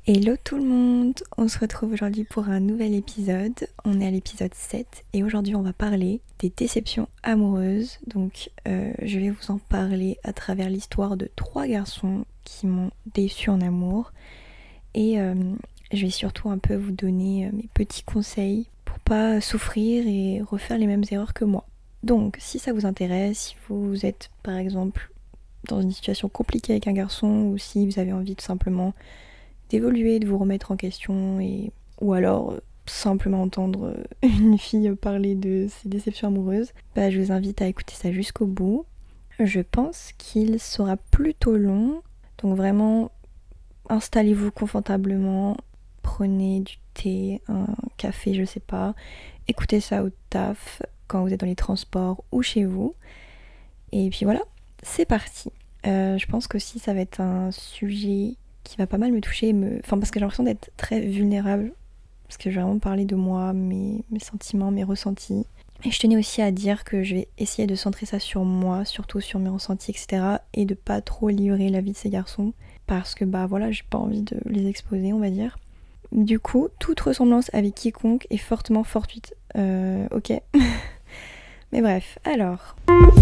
Hello tout le monde, on se retrouve aujourd'hui pour un nouvel épisode. On est à l'épisode 7 et aujourd'hui on va parler des déceptions amoureuses. Donc je vais vous en parler à travers l'histoire de 3 garçons qui m'ont déçue en amour. Et je vais surtout un peu vous donner mes petits conseils pour pas souffrir et refaire les mêmes erreurs que moi. Donc si ça vous intéresse, si vous êtes par exemple dans une situation compliquée avec un garçon ou si vous avez envie tout simplement d'évoluer, de vous remettre en question ou alors simplement entendre une fille parler de ses déceptions amoureuses, je vous invite à écouter ça jusqu'au bout. Je pense qu'il sera plutôt long, donc vraiment installez-vous confortablement, prenez du thé, un café, je sais pas, écoutez ça au taf, quand vous êtes dans les transports ou chez vous. Et puis voilà, c'est parti. Je pense qu'aussi ça va être un sujet qui va pas mal me toucher, parce que j'ai l'impression d'être très vulnérable, parce que je vais vraiment parler de moi, mes sentiments, mes ressentis. Et je tenais aussi à dire que je vais essayer de centrer ça sur moi, surtout sur mes ressentis, etc. Et de pas trop livrer la vie de ces garçons, parce que voilà, j'ai pas envie de les exposer, on va dire. Du coup, toute ressemblance avec quiconque est fortement fortuite. Ok. Mais bref, alors...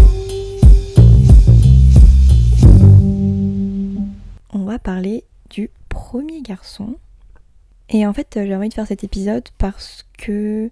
On va parler du premier garçon. Et en fait, j'ai envie de faire cet épisode parce que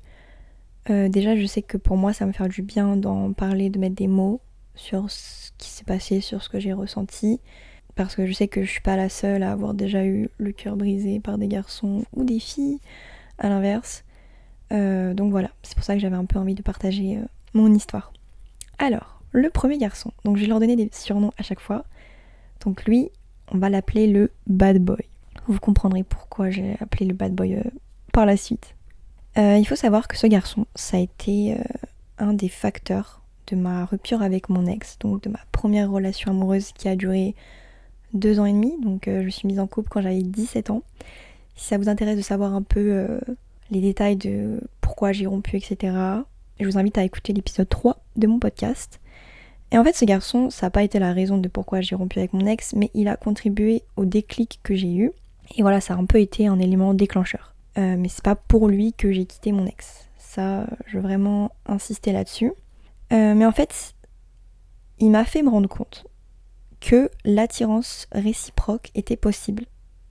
déjà, je sais que pour moi, ça va me faire du bien d'en parler, de mettre des mots sur ce qui s'est passé, sur ce que j'ai ressenti. Parce que je sais que je suis pas la seule à avoir déjà eu le cœur brisé par des garçons ou des filles, à l'inverse. Donc voilà, c'est pour ça que j'avais un peu envie de partager mon histoire. Alors, le premier garçon. Donc je vais leur donner des surnoms à chaque fois. Donc lui, on va l'appeler le bad boy. Vous comprendrez pourquoi j'ai appelé le bad boy par la suite. Il faut savoir que ce garçon, ça a été un des facteurs de ma rupture avec mon ex, donc de ma première relation amoureuse qui a duré 2 ans et demi. Donc je suis mise en couple quand j'avais 17 ans. Si ça vous intéresse de savoir un peu les détails de pourquoi j'ai rompu, etc., je vous invite à écouter l'épisode 3 de mon podcast. Et en fait, ce garçon, ça n'a pas été la raison de pourquoi j'ai rompu avec mon ex, mais il a contribué au déclic que j'ai eu. Et voilà, ça a un peu été un élément déclencheur. Mais c'est pas pour lui que j'ai quitté mon ex. Ça, je veux vraiment insister là-dessus. Mais en fait, il m'a fait me rendre compte que l'attirance réciproque était possible.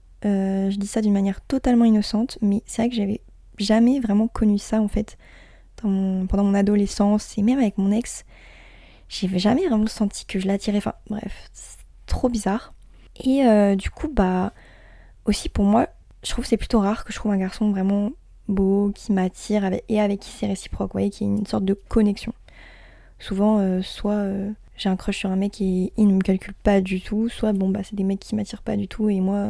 Je dis ça d'une manière totalement innocente, mais c'est vrai que j'avais jamais vraiment connu ça en fait pendant mon adolescence et même avec mon ex. J'ai jamais vraiment senti que je l'attirais. Enfin bref, c'est trop bizarre. Et du coup, aussi pour moi, je trouve que c'est plutôt rare que je trouve un garçon vraiment beau, qui m'attire et avec qui c'est réciproque, vous voyez, qui est une sorte de connexion. Souvent, soit j'ai un crush sur un mec et il ne me calcule pas du tout, soit c'est des mecs qui m'attirent pas du tout et moi,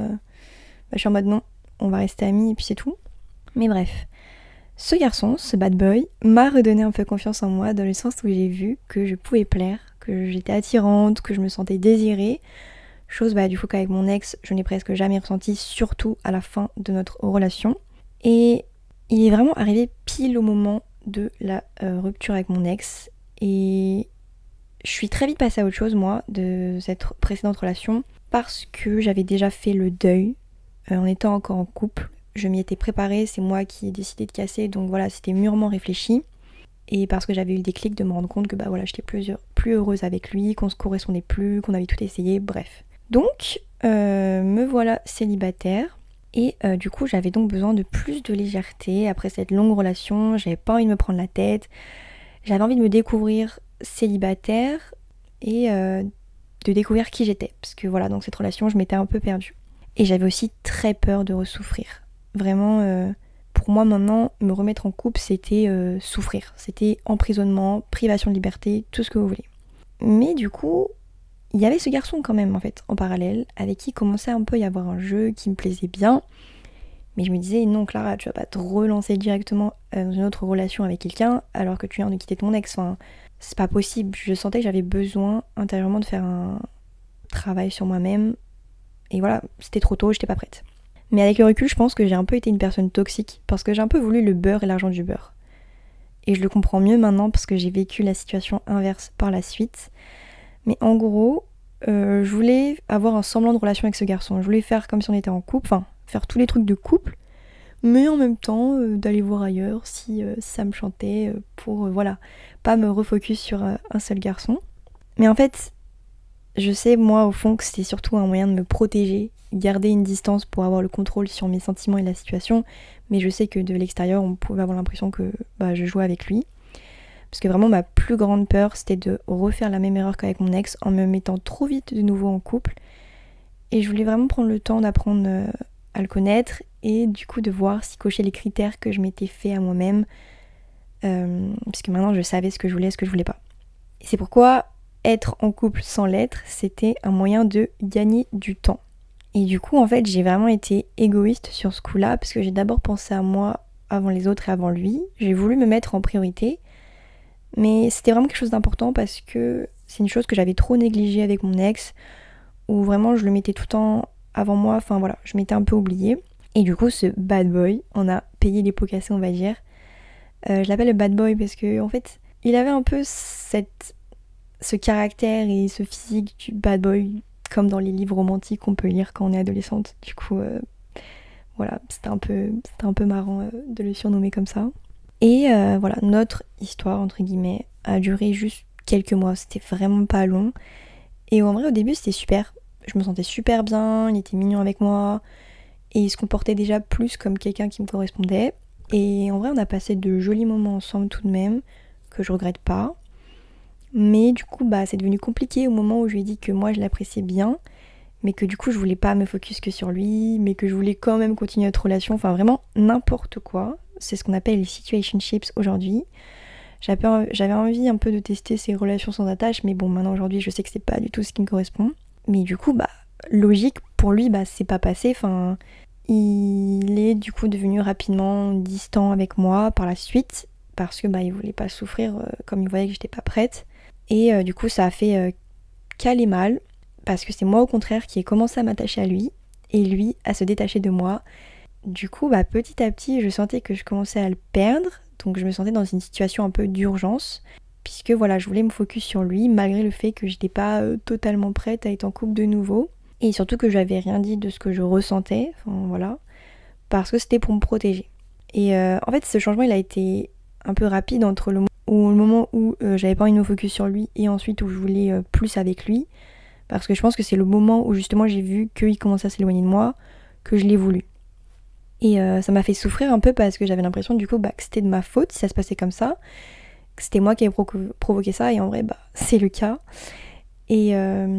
je suis en mode non, on va rester amis et puis c'est tout. Mais bref, ce garçon, ce bad boy, m'a redonné un peu confiance en moi dans le sens où j'ai vu que je pouvais plaire, que j'étais attirante, que je me sentais désirée. Chose du coup qu'avec mon ex, je n'ai presque jamais ressenti, surtout à la fin de notre relation. Et il est vraiment arrivé pile au moment de la rupture avec mon ex. Et je suis très vite passée à autre chose, moi, de cette précédente relation, parce que j'avais déjà fait le deuil en étant encore en couple. Je m'y étais préparée, c'est moi qui ai décidé de casser, donc voilà, c'était mûrement réfléchi. Et parce que j'avais eu le déclic de me rendre compte que j'étais plus heureuse avec lui, qu'on se correspondait plus, qu'on avait tout essayé, bref. Donc, me voilà célibataire. Et du coup, j'avais donc besoin de plus de légèreté. Après cette longue relation, j'avais pas envie de me prendre la tête. J'avais envie de me découvrir célibataire et de découvrir qui j'étais. Parce que voilà, dans cette relation, je m'étais un peu perdue. Et j'avais aussi très peur de ressouffrir. Vraiment, pour moi maintenant, me remettre en couple, c'était souffrir. C'était emprisonnement, privation de liberté, tout ce que vous voulez. Mais du coup, il y avait ce garçon quand même en fait, en parallèle, avec qui commençait un peu à y avoir un jeu qui me plaisait bien. Mais je me disais, non Clara, tu vas pas te relancer directement dans une autre relation avec quelqu'un alors que tu viens de quitter ton ex. Enfin, c'est pas possible. Je sentais que j'avais besoin intérieurement de faire un travail sur moi-même. Et voilà, c'était trop tôt, j'étais pas prête. Mais avec le recul, je pense que j'ai un peu été une personne toxique parce que j'ai un peu voulu le beurre et l'argent du beurre. Et je le comprends mieux maintenant parce que j'ai vécu la situation inverse par la suite. Mais en gros, je voulais avoir un semblant de relation avec ce garçon. Je voulais faire comme si on était en couple, enfin faire tous les trucs de couple, mais en même temps d'aller voir ailleurs si ça me chantait pour voilà, pas me refocus sur un seul garçon. Mais en fait, je sais moi au fond que c'était surtout un moyen de me protéger, garder une distance pour avoir le contrôle sur mes sentiments et la situation, mais je sais que de l'extérieur on pouvait avoir l'impression que je jouais avec lui. Parce que vraiment ma plus grande peur c'était de refaire la même erreur qu'avec mon ex en me mettant trop vite de nouveau en couple. Et je voulais vraiment prendre le temps d'apprendre à le connaître et du coup de voir s'il cochait les critères que je m'étais fait à moi-même, puisque maintenant je savais ce que je voulais pas. Et c'est pourquoi être en couple sans l'être, c'était un moyen de gagner du temps. Et du coup en fait j'ai vraiment été égoïste sur ce coup-là, parce que j'ai d'abord pensé à moi avant les autres et avant lui. J'ai voulu me mettre en priorité, mais c'était vraiment quelque chose d'important parce que c'est une chose que j'avais trop négligée avec mon ex, où vraiment je le mettais tout le temps avant moi, enfin voilà, je m'étais un peu oubliée. Et du coup ce bad boy en a payé les pots cassés on va dire. Je l'appelle le bad boy parce que en fait il avait un peu ce caractère et ce physique du bad boy comme dans les livres romantiques qu'on peut lire quand on est adolescente. Du coup voilà, c'était un peu marrant de le surnommer comme ça. Et voilà, notre histoire entre guillemets a duré juste quelques mois, c'était vraiment pas long. Et en vrai au début c'était super, je me sentais super bien, il était mignon avec moi et il se comportait déjà plus comme quelqu'un qui me correspondait. Et en vrai on a passé de jolis moments ensemble tout de même, que je regrette pas. Mais du coup c'est devenu compliqué au moment où je lui ai dit que moi je l'appréciais bien, mais que du coup je voulais pas me focus que sur lui, mais que je voulais quand même continuer notre relation, enfin vraiment n'importe quoi. C'est ce qu'on appelle les situationships aujourd'hui. J'avais envie un peu de tester ces relations sans attache, mais bon maintenant aujourd'hui je sais que c'est pas du tout ce qui me correspond. Mais du coup logique pour lui c'est pas passé, enfin il est du coup devenu rapidement distant avec moi par la suite, parce que il voulait pas souffrir comme il voyait que j'étais pas prête. Et du coup ça a fait caler mal, parce que c'est moi au contraire qui ai commencé à m'attacher à lui et lui à se détacher de moi. Du coup petit à petit je sentais que je commençais à le perdre, donc je me sentais dans une situation un peu d'urgence, puisque voilà je voulais me focus sur lui malgré le fait que j'étais pas totalement prête à être en couple de nouveau, et surtout que j'avais rien dit de ce que je ressentais, enfin voilà, parce que c'était pour me protéger. Et en fait ce changement il a été un peu rapide entre le moment où j'avais pas envie de me focus sur lui et ensuite où je voulais plus avec lui, parce que je pense que c'est le moment où justement j'ai vu qu'il commençait à s'éloigner de moi que je l'ai voulu. Et ça m'a fait souffrir un peu parce que j'avais l'impression du coup que c'était de ma faute si ça se passait comme ça, que c'était moi qui avais provoqué ça, et en vrai c'est le cas. Et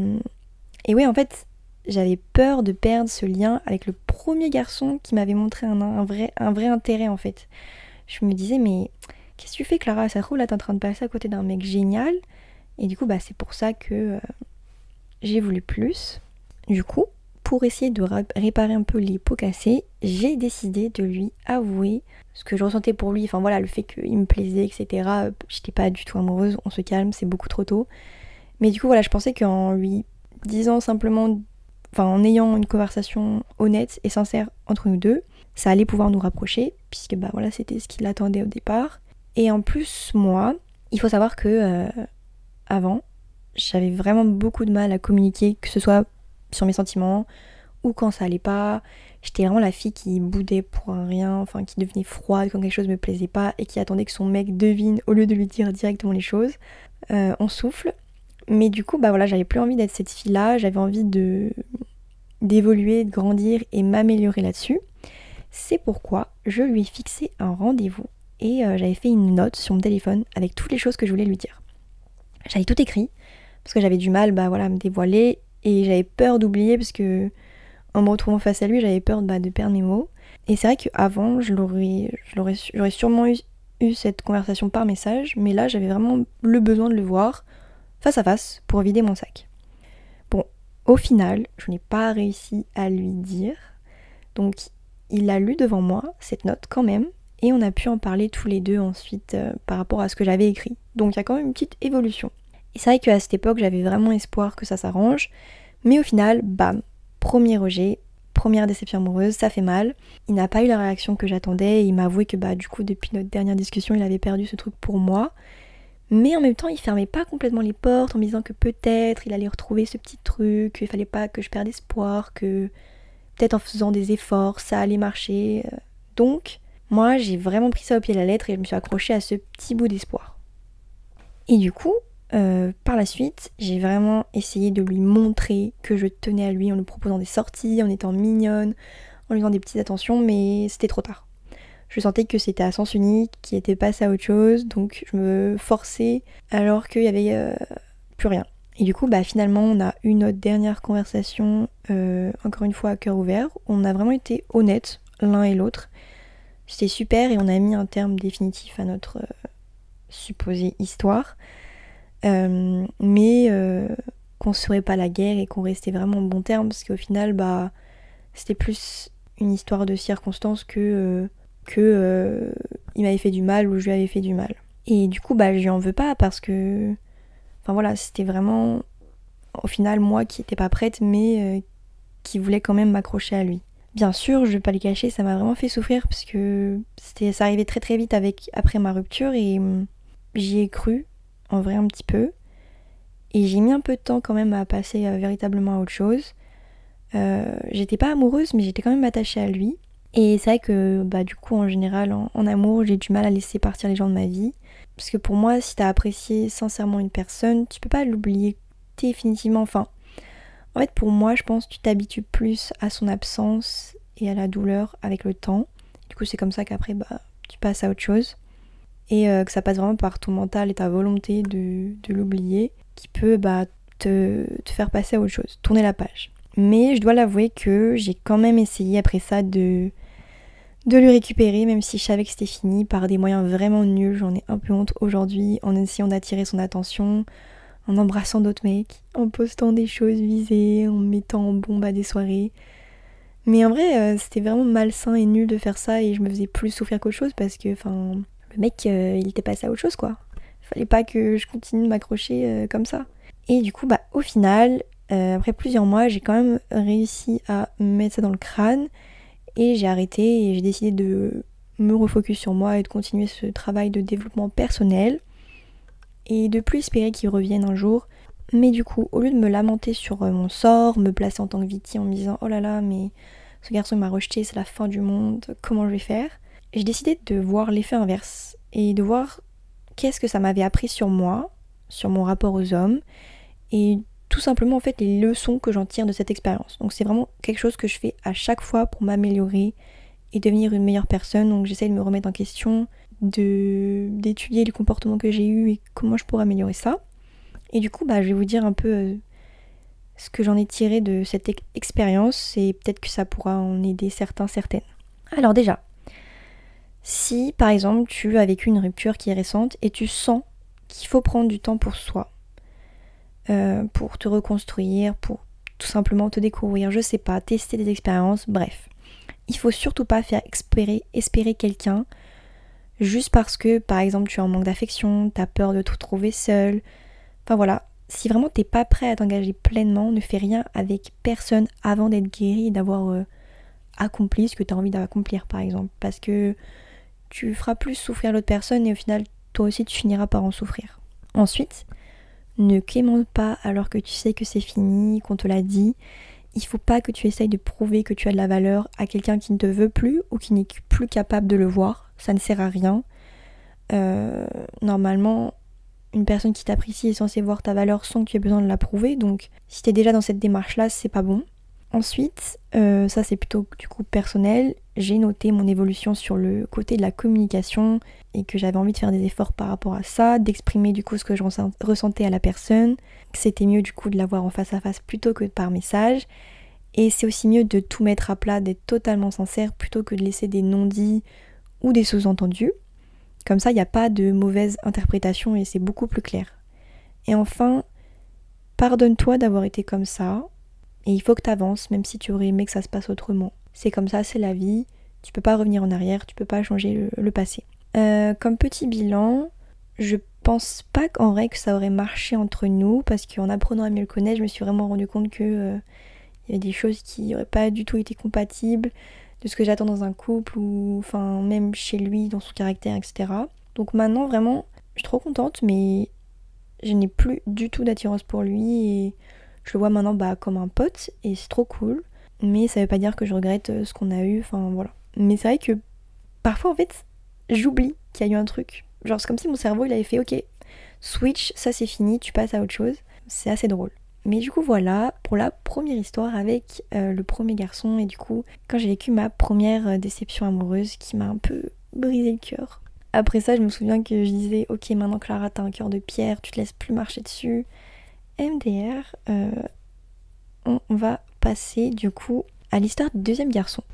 ouais en fait j'avais peur de perdre ce lien avec le premier garçon qui m'avait montré un vrai intérêt en fait. Je me disais mais qu'est-ce que tu fais Clara, ça se trouve là t'es en train de passer à côté d'un mec génial. Et du coup c'est pour ça que j'ai voulu plus. Du coup pour essayer de réparer un peu les pots cassés, j'ai décidé de lui avouer ce que je ressentais pour lui, enfin voilà, le fait qu'il me plaisait, etc. J'étais pas du tout amoureuse, on se calme, c'est beaucoup trop tôt. Mais du coup voilà, je pensais qu'en lui disant simplement, enfin en ayant une conversation honnête et sincère entre nous deux, ça allait pouvoir nous rapprocher, puisque voilà, c'était ce qu'il attendait au départ. Et en plus moi, il faut savoir que avant, j'avais vraiment beaucoup de mal à communiquer, que ce soit sur mes sentiments ou quand ça allait pas. J'étais vraiment la fille qui boudait pour un rien, enfin qui devenait froide quand quelque chose me plaisait pas et qui attendait que son mec devine au lieu de lui dire directement les choses. On souffle. Mais du coup voilà, j'avais plus envie d'être cette fille-là, j'avais envie d'évoluer, de grandir et m'améliorer là-dessus. C'est pourquoi je lui ai fixé un rendez-vous et j'avais fait une note sur mon téléphone avec toutes les choses que je voulais lui dire. J'avais tout écrit parce que j'avais du mal à me dévoiler, et j'avais peur d'oublier parce que en me retrouvant face à lui j'avais peur de perdre mes mots. Et c'est vrai qu'avant j'aurais sûrement eu cette conversation par message, mais là j'avais vraiment le besoin de le voir face à face pour vider mon sac. Bon, au final je n'ai pas réussi à lui dire, donc il a lu devant moi cette note quand même, et on a pu en parler tous les deux ensuite par rapport à ce que j'avais écrit. Donc il y a quand même une petite évolution. Et c'est vrai qu'à cette époque, j'avais vraiment espoir que ça s'arrange. Mais au final, bam, premier rejet, première déception amoureuse, ça fait mal. Il n'a pas eu la réaction que j'attendais. Il m'a avoué que du coup, depuis notre dernière discussion, il avait perdu ce truc pour moi. Mais en même temps, il fermait pas complètement les portes en me disant que peut-être il allait retrouver ce petit truc, qu'il fallait pas que je perde espoir, que peut-être en faisant des efforts, ça allait marcher. Donc, moi, j'ai vraiment pris ça au pied de la lettre et je me suis accrochée à ce petit bout d'espoir. Et du coup, par la suite, j'ai vraiment essayé de lui montrer que je tenais à lui en lui proposant des sorties, en étant mignonne, en lui faisant des petites attentions, mais c'était trop tard. Je sentais que c'était à sens unique, qu'il était passé à autre chose, donc je me forçais alors qu'il y avait plus rien. Et du coup, finalement, on a eu notre dernière conversation, encore une fois à cœur ouvert. On a vraiment été honnêtes l'un et l'autre. C'était super et on a mis un terme définitif à notre supposée histoire. Mais qu'on se ferait pas la guerre et qu'on restait vraiment en bon terme, parce qu'au final, c'était plus une histoire de circonstances que il m'avait fait du mal ou je lui avais fait du mal. Et du coup, je lui en veux pas parce que... Enfin voilà, c'était vraiment, au final, moi qui étais pas prête, mais qui voulais quand même m'accrocher à lui. Bien sûr, je vais pas le cacher, ça m'a vraiment fait souffrir parce que ça arrivait très très vite après ma rupture et j'y ai cru, en vrai un petit peu. Et j'ai mis un peu de temps quand même à passer véritablement à autre chose. J'étais pas amoureuse, mais j'étais quand même attachée à lui. Et c'est vrai que du coup en général en amour j'ai du mal à laisser partir les gens de ma vie. Parce que pour moi si t'as apprécié sincèrement une personne, tu peux pas l'oublier définitivement. Enfin, en fait pour moi je pense que tu t'habitues plus à son absence et à la douleur avec le temps. Du coup c'est comme ça qu'après tu passes à autre chose. Et que ça passe vraiment par ton mental et ta volonté de l'oublier qui peut te faire passer à autre chose, tourner la page. Mais je dois l'avouer que j'ai quand même essayé après ça de lui récupérer, même si je savais que c'était fini, par des moyens vraiment nuls. J'en ai un peu honte aujourd'hui, en essayant d'attirer son attention, en embrassant d'autres mecs, en postant des choses visées, en me mettant en bombe à des soirées. Mais en vrai, c'était vraiment malsain et nul de faire ça et je me faisais plus souffrir qu'autre chose parce que, le mec, il était passé à autre chose, quoi. Fallait pas que je continue de m'accrocher comme ça. Et du coup, au final, après plusieurs mois, j'ai quand même réussi à mettre ça dans le crâne. Et j'ai arrêté et j'ai décidé de me refocus sur moi et de continuer ce travail de développement personnel. Et de plus espérer qu'il revienne un jour. Mais du coup, au lieu de me lamenter sur mon sort, me placer en tant que victime en me disant « Oh là là, mais ce garçon m'a rejeté, c'est la fin du monde, comment je vais faire ?» J'ai décidé de voir l'effet inverse et de voir qu'est-ce que ça m'avait appris sur moi, sur mon rapport aux hommes et tout simplement en fait les leçons que j'en tire de cette expérience. Donc c'est vraiment quelque chose que je fais à chaque fois pour m'améliorer et devenir une meilleure personne. Donc j'essaie de me remettre en question, d'étudier les comportements que j'ai eus et comment je pourrais améliorer ça. Et du coup, je vais vous dire un peu ce que j'en ai tiré de cette expérience et peut-être que ça pourra en aider certains, certaines. Alors déjà, si par exemple tu as vécu une rupture qui est récente et tu sens qu'il faut prendre du temps pour soi, pour te reconstruire, pour tout simplement te découvrir, je sais pas, tester des expériences, bref. Il faut surtout pas faire espérer quelqu'un juste parce que par exemple tu es en manque d'affection, t'as peur de te retrouver seul. Enfin voilà, si vraiment t'es pas prêt à t'engager pleinement, ne fais rien avec personne avant d'être guéri et d'avoir accompli ce que tu as envie d'accomplir par exemple. Parce que tu feras plus souffrir l'autre personne et au final toi aussi tu finiras par en souffrir. Ensuite, ne quémande pas alors que tu sais que c'est fini, qu'on te l'a dit. Il faut pas que tu essayes de prouver que tu as de la valeur à quelqu'un qui ne te veut plus ou qui n'est plus capable de le voir. Ça ne sert à rien. Normalement, une personne qui t'apprécie est censée voir ta valeur sans que tu aies besoin de la prouver. Donc, si tu es déjà dans cette démarche-là, c'est pas bon. Ensuite, ça c'est plutôt du coup personnel, j'ai noté mon évolution sur le côté de la communication et que j'avais envie de faire des efforts par rapport à ça, d'exprimer du coup ce que je ressentais à la personne, que c'était mieux du coup de l'avoir en face à face plutôt que par message. Et c'est aussi mieux de tout mettre à plat, d'être totalement sincère plutôt que de laisser des non-dits ou des sous-entendus. Comme ça, il n'y a pas de mauvaise interprétation et c'est beaucoup plus clair. Et enfin, pardonne-toi d'avoir été comme ça. Et il faut que tu avances, même si tu aurais aimé que ça se passe autrement. C'est comme ça, c'est la vie. Tu peux pas revenir en arrière, tu peux pas changer le passé. Comme petit bilan, je pense pas qu'en vrai que ça aurait marché entre nous, parce qu'en apprenant à mieux le connaître, je me suis vraiment rendu compte que y avait des choses qui n'auraient pas du tout été compatibles de ce que j'attends dans un couple, ou enfin même chez lui, dans son caractère, etc. Donc maintenant, vraiment, je suis trop contente, mais je n'ai plus du tout d'attirance pour lui et je le vois maintenant comme un pote et c'est trop cool. mais ça veut pas dire que je regrette ce qu'on a eu, enfin voilà. Mais c'est vrai que parfois en fait, j'oublie qu'il y a eu un truc. Genre c'est comme si mon cerveau il avait fait ok, switch, ça c'est fini, tu passes à autre chose. C'est assez drôle. Mais du coup voilà pour la première histoire avec le premier garçon et du coup quand j'ai vécu ma première déception amoureuse qui m'a un peu brisé le cœur. Après ça je me souviens que je disais ok maintenant Clara t'as un cœur de pierre, tu te laisses plus marcher dessus. MDR, on va passer du coup à l'histoire du deuxième garçon.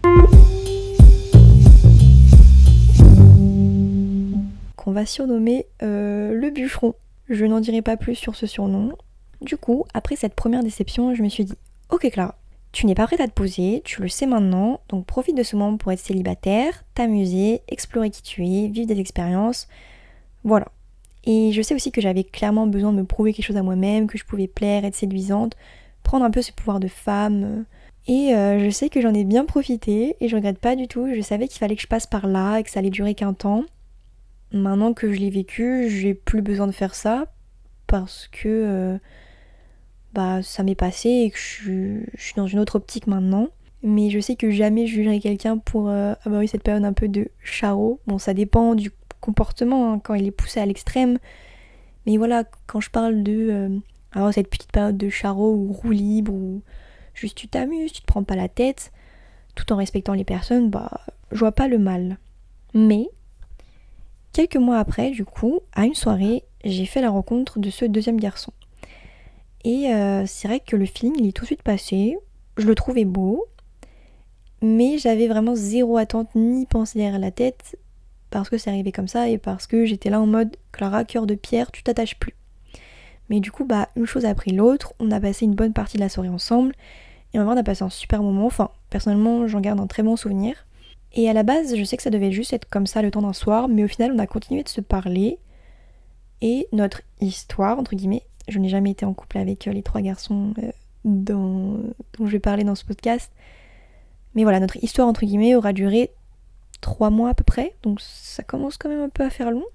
Qu'on va surnommer le bûcheron. Je n'en dirai pas plus sur ce surnom. Du coup, après cette première déception, je me suis dit ok Clara, tu n'es pas prête à te poser, tu le sais maintenant, donc profite de ce moment pour être célibataire, t'amuser, explorer qui tu es, vivre des expériences. Voilà. Et je sais aussi que j'avais clairement besoin de me prouver quelque chose à moi-même, que je pouvais plaire, être séduisante, prendre un peu ce pouvoir de femme. Et je sais que j'en ai bien profité et je regrette pas du tout. Je savais qu'il fallait que je passe par là et que ça allait durer qu'un temps. Maintenant que je l'ai vécu, j'ai plus besoin de faire ça parce que ça m'est passé et que je suis dans une autre optique maintenant. Mais je sais que jamais je jugerai quelqu'un pour avoir eu cette période un peu de charo. Bon, ça dépend du comportement hein, quand il est poussé à l'extrême. Mais voilà, quand je parle de avoir cette petite période de charo ou roue libre ou juste tu t'amuses, tu te prends pas la tête, tout en respectant les personnes, je vois pas le mal. Mais quelques mois après, du coup, à une soirée, j'ai fait la rencontre de ce deuxième garçon. Et c'est vrai que le feeling, il est tout de suite passé. Je le trouvais beau, mais j'avais vraiment zéro attente ni pensée derrière la tête parce que c'est arrivé comme ça et parce que j'étais là en mode Clara, cœur de pierre, tu t'attaches plus. Mais du coup, une chose a pris l'autre, on a passé une bonne partie de la soirée ensemble et on a passé un super moment. Enfin, personnellement, j'en garde un très bon souvenir. Et à la base, je sais que ça devait juste être comme ça le temps d'un soir, mais au final, on a continué de se parler. Et notre histoire, entre guillemets, je n'ai jamais été en couple avec les trois garçons dont je vais parler dans ce podcast. Mais voilà, notre histoire, entre guillemets, aura duré 3 mois à peu près. Donc ça commence quand même un peu à faire long.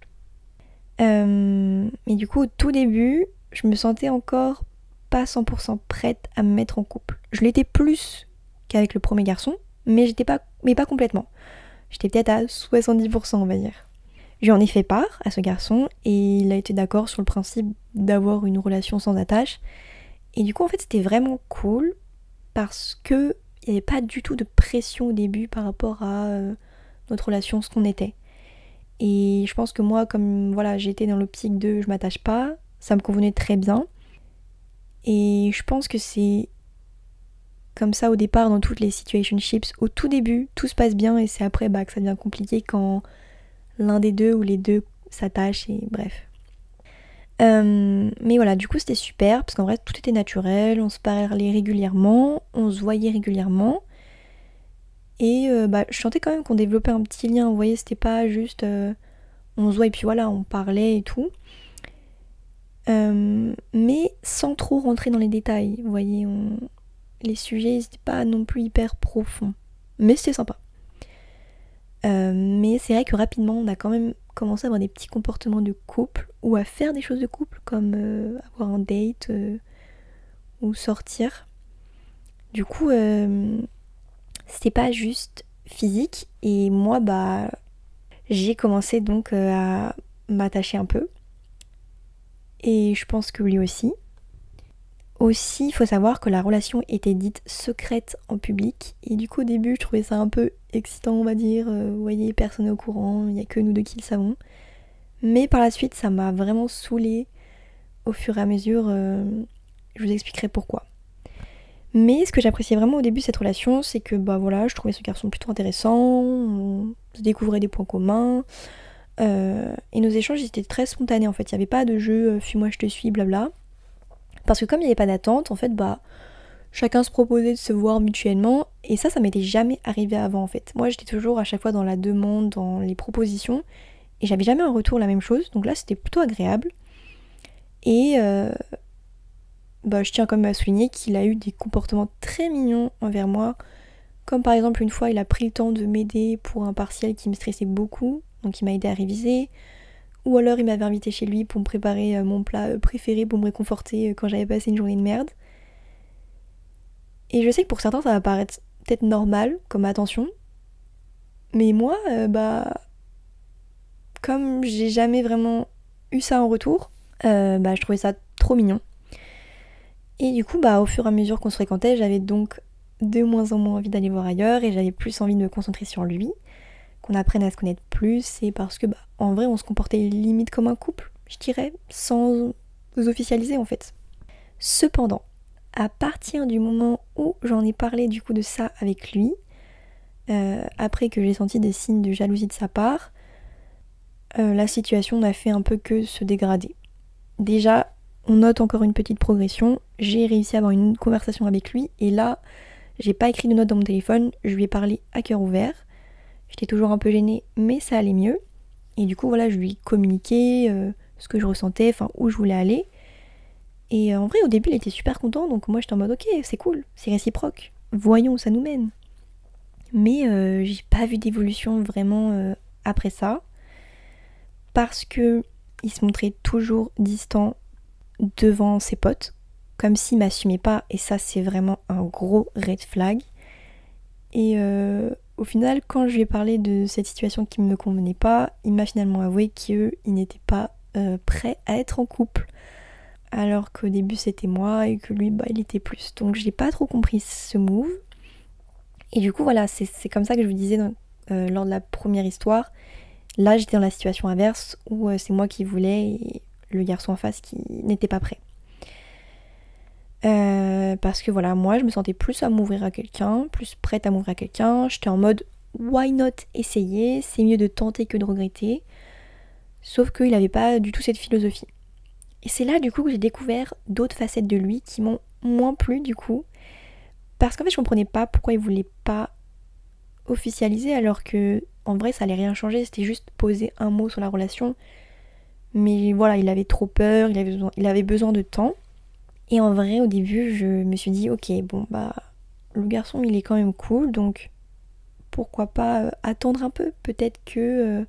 Et du coup, au tout début, je me sentais encore pas 100% prête à me mettre en couple. Je l'étais plus qu'avec le premier garçon, mais pas complètement. J'étais peut-être à 70%, on va dire. Je lui en ai fait part à ce garçon et il a été d'accord sur le principe d'avoir une relation sans attache. Et du coup, en fait, c'était vraiment cool parce que il n'y avait pas du tout de pression au début par rapport à notre relation, ce qu'on était. Et je pense que moi, comme voilà, j'étais dans l'optique de je m'attache pas, ça me convenait très bien. Et je pense que c'est comme ça au départ dans toutes les situationships. Au tout début, tout se passe bien et c'est après que ça devient compliqué quand l'un des deux ou les deux s'attachent et bref. Mais voilà, du coup c'était super parce qu'en vrai tout était naturel, on se parlait régulièrement, on se voyait régulièrement. Et je sentais quand même qu'on développait un petit lien, vous voyez, c'était pas juste on se voit et puis voilà, on parlait et tout. Mais sans trop rentrer dans les détails, vous voyez, les sujets c'était pas non plus hyper profonds. Mais c'était sympa. Mais c'est vrai que rapidement on a quand même commencé à avoir des petits comportements de couple ou à faire des choses de couple comme avoir un date ou sortir. Du coup c'était pas juste physique et moi j'ai commencé donc à m'attacher un peu et je pense que lui aussi. Aussi, il faut savoir que la relation était dite secrète en public et du coup au début je trouvais ça un peu excitant on va dire, vous voyez personne n'est au courant, il n'y a que nous deux qui le savons. Mais par la suite ça m'a vraiment saoulée au fur et à mesure, je vous expliquerai pourquoi. Mais ce que j'appréciais vraiment au début de cette relation, c'est que je trouvais ce garçon plutôt intéressant, on se découvrait des points communs, et nos échanges étaient très spontanés en fait, il n'y avait pas de jeu fuis-moi je te suis blabla. Parce que comme il n'y avait pas d'attente, en fait chacun se proposait de se voir mutuellement, et ça m'était jamais arrivé avant en fait. Moi j'étais toujours à chaque fois dans la demande, dans les propositions, et j'avais jamais un retour la même chose, donc là c'était plutôt agréable. Et je tiens quand même à souligner qu'il a eu des comportements très mignons envers moi. Comme par exemple une fois il a pris le temps de m'aider pour un partiel qui me stressait beaucoup, donc il m'a aidé à réviser. Ou alors il m'avait invité chez lui pour me préparer mon plat préféré pour me réconforter quand j'avais passé une journée de merde. Et je sais que pour certains, ça va paraître peut-être normal comme attention. Mais moi, comme j'ai jamais vraiment eu ça en retour, je trouvais ça trop mignon. Et du coup, au fur et à mesure qu'on se fréquentait, j'avais donc de moins en moins envie d'aller voir ailleurs et j'avais plus envie de me concentrer sur lui, qu'on apprenne à se connaître plus, et parce que en vrai on se comportait limite comme un couple, je dirais, sans nous officialiser en fait. Cependant, à partir du moment où j'en ai parlé du coup de ça avec lui, après que j'ai senti des signes de jalousie de sa part, la situation n'a fait un peu que se dégrader. Déjà, on note encore une petite progression, j'ai réussi à avoir une conversation avec lui, et là, j'ai pas écrit de note dans mon téléphone, je lui ai parlé à cœur ouvert. J'étais toujours un peu gênée, mais ça allait mieux. Et du coup, voilà, je lui communiquais ce que je ressentais, enfin où je voulais aller. Et en vrai, au début, il était super content, donc moi j'étais en mode ok, c'est cool, c'est réciproque, voyons où ça nous mène. Mais j'ai pas vu d'évolution vraiment après ça, parce que il se montrait toujours distant devant ses potes, comme s'il m'assumait pas, et ça c'est vraiment un gros red flag. Et au final, quand je lui ai parlé de cette situation qui ne me convenait pas, il m'a finalement avoué qu'il n'était pas prêt à être en couple. Alors qu'au début c'était moi et que lui il était plus. Donc j'ai pas trop compris ce move. Et du coup voilà, c'est comme ça que je vous disais lors de la première histoire. Là j'étais dans la situation inverse où c'est moi qui voulais et le garçon en face qui n'était pas prêt. Parce que voilà, moi je me sentais plus à m'ouvrir à quelqu'un, plus prête à m'ouvrir à quelqu'un. J'étais en mode why not essayer, c'est mieux de tenter que de regretter. Sauf qu'il avait pas du tout cette philosophie. Et c'est là du coup que j'ai découvert d'autres facettes de lui qui m'ont moins plu du coup. Parce qu'en fait je comprenais pas pourquoi il voulait pas officialiser alors que en vrai ça allait rien changer, c'était juste poser un mot sur la relation. Mais voilà, il avait trop peur, il avait besoin de temps. Et en vrai, au début, je me suis dit, ok, le garçon, il est quand même cool, donc pourquoi pas attendre un peu. Peut-être que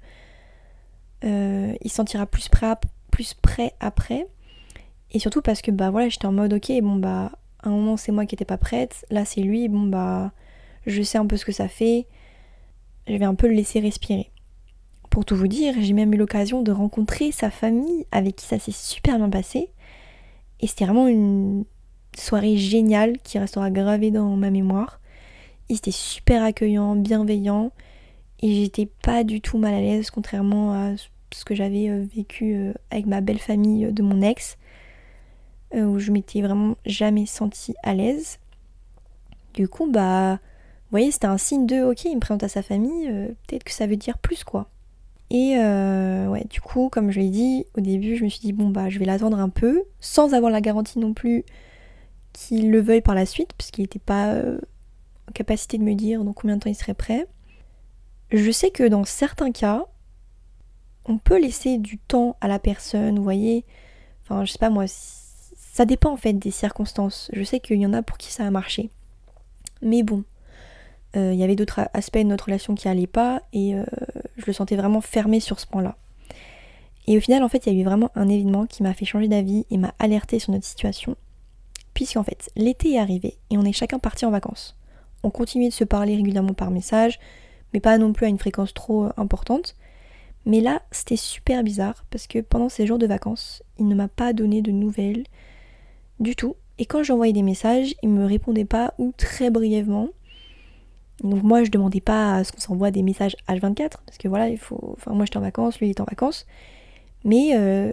il se sentira plus prêt après. Et surtout parce que, voilà, j'étais en mode, ok, à un moment, c'est moi qui étais pas prête. Là, c'est lui, je sais un peu ce que ça fait. Je vais un peu le laisser respirer. Pour tout vous dire, j'ai même eu l'occasion de rencontrer sa famille, avec qui ça s'est super bien passé. Et c'était vraiment une soirée géniale qui restera gravée dans ma mémoire. Ils étaient super accueillants, bienveillants. Et j'étais pas du tout mal à l'aise, contrairement à ce que j'avais vécu avec ma belle famille de mon ex, où je m'étais vraiment jamais sentie à l'aise. Du coup, vous voyez, c'était un signe de ok, il me présente à sa famille, peut-être que ça veut dire plus quoi. Et ouais, du coup, comme je l'ai dit, au début, je me suis dit, je vais l'attendre un peu, sans avoir la garantie non plus qu'il le veuille par la suite, puisqu'il n'était pas en capacité de me dire dans combien de temps il serait prêt. Je sais que dans certains cas, on peut laisser du temps à la personne, vous voyez. Enfin, je sais pas moi, ça dépend en fait des circonstances. Je sais qu'il y en a pour qui ça a marché. Mais bon, il y avait d'autres aspects de notre relation qui allaient pas, et je le sentais vraiment fermé sur ce point-là. Et au final, en fait, il y a eu vraiment un événement qui m'a fait changer d'avis et m'a alerté sur notre situation. Puisqu'en fait, l'été est arrivé et on est chacun parti en vacances. On continuait de se parler régulièrement par message, mais pas non plus à une fréquence trop importante. Mais là, c'était super bizarre parce que pendant ces jours de vacances, il ne m'a pas donné de nouvelles du tout. Et quand j'envoyais des messages, il me répondait pas ou très brièvement. Donc moi, je demandais pas à ce qu'on s'envoie des messages H24 parce que voilà, moi j'étais en vacances, lui il était en vacances. Mais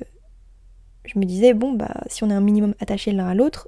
je me disais, si on est un minimum attaché l'un à l'autre,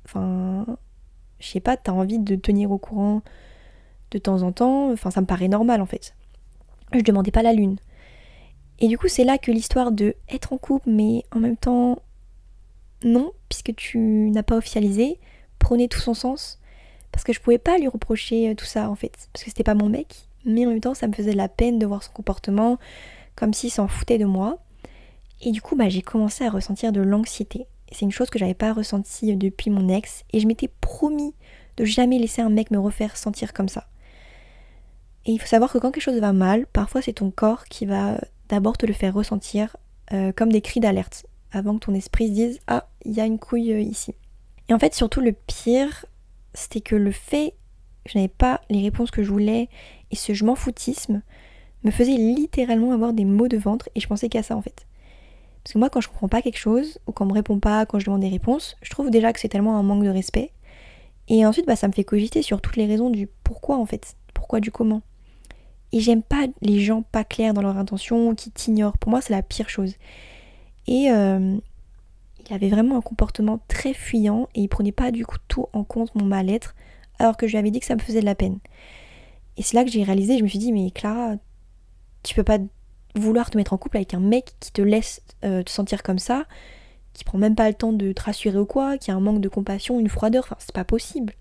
je sais pas, t'as envie de tenir au courant de temps en temps, ça me paraît normal en fait. Je demandais pas la lune. Et du coup, c'est là que l'histoire de être en couple, mais en même temps, non, puisque tu n'as pas officialisé, prenait tout son sens. Parce que je pouvais pas lui reprocher tout ça en fait, parce que c'était pas mon mec, mais en même temps, ça me faisait de la peine de voir son comportement, comme s'il s'en foutait de moi. Et du coup, j'ai commencé à ressentir de l'anxiété. Et c'est une chose que j'avais pas ressentie depuis mon ex, et je m'étais promis de jamais laisser un mec me refaire sentir comme ça. Et il faut savoir que quand quelque chose va mal, parfois c'est ton corps qui va d'abord te le faire ressentir comme des cris d'alerte, avant que ton esprit se dise « Ah, il y a une couille ici ». Et en fait, surtout le pire, c'était que le fait que je n'avais pas les réponses que je voulais et ce je m'en foutisme me faisait littéralement avoir des maux de ventre et je pensais qu'à ça en fait. Parce que moi quand je comprends pas quelque chose ou quand on me répond pas, quand je demande des réponses, je trouve déjà que c'est tellement un manque de respect. Et ensuite ça me fait cogiter sur toutes les raisons du pourquoi en fait, pourquoi du comment. Et j'aime pas les gens pas clairs dans leurs intentions, qui t'ignorent. Pour moi c'est la pire chose. Et il avait vraiment un comportement très fuyant et il prenait pas du coup tout en compte mon mal-être alors que je lui avais dit que ça me faisait de la peine. Et c'est là que j'ai réalisé, je me suis dit mais Clara, tu peux pas vouloir te mettre en couple avec un mec qui te laisse te sentir comme ça, qui prend même pas le temps de te rassurer ou quoi, qui a un manque de compassion, une froideur, enfin c'est pas possible.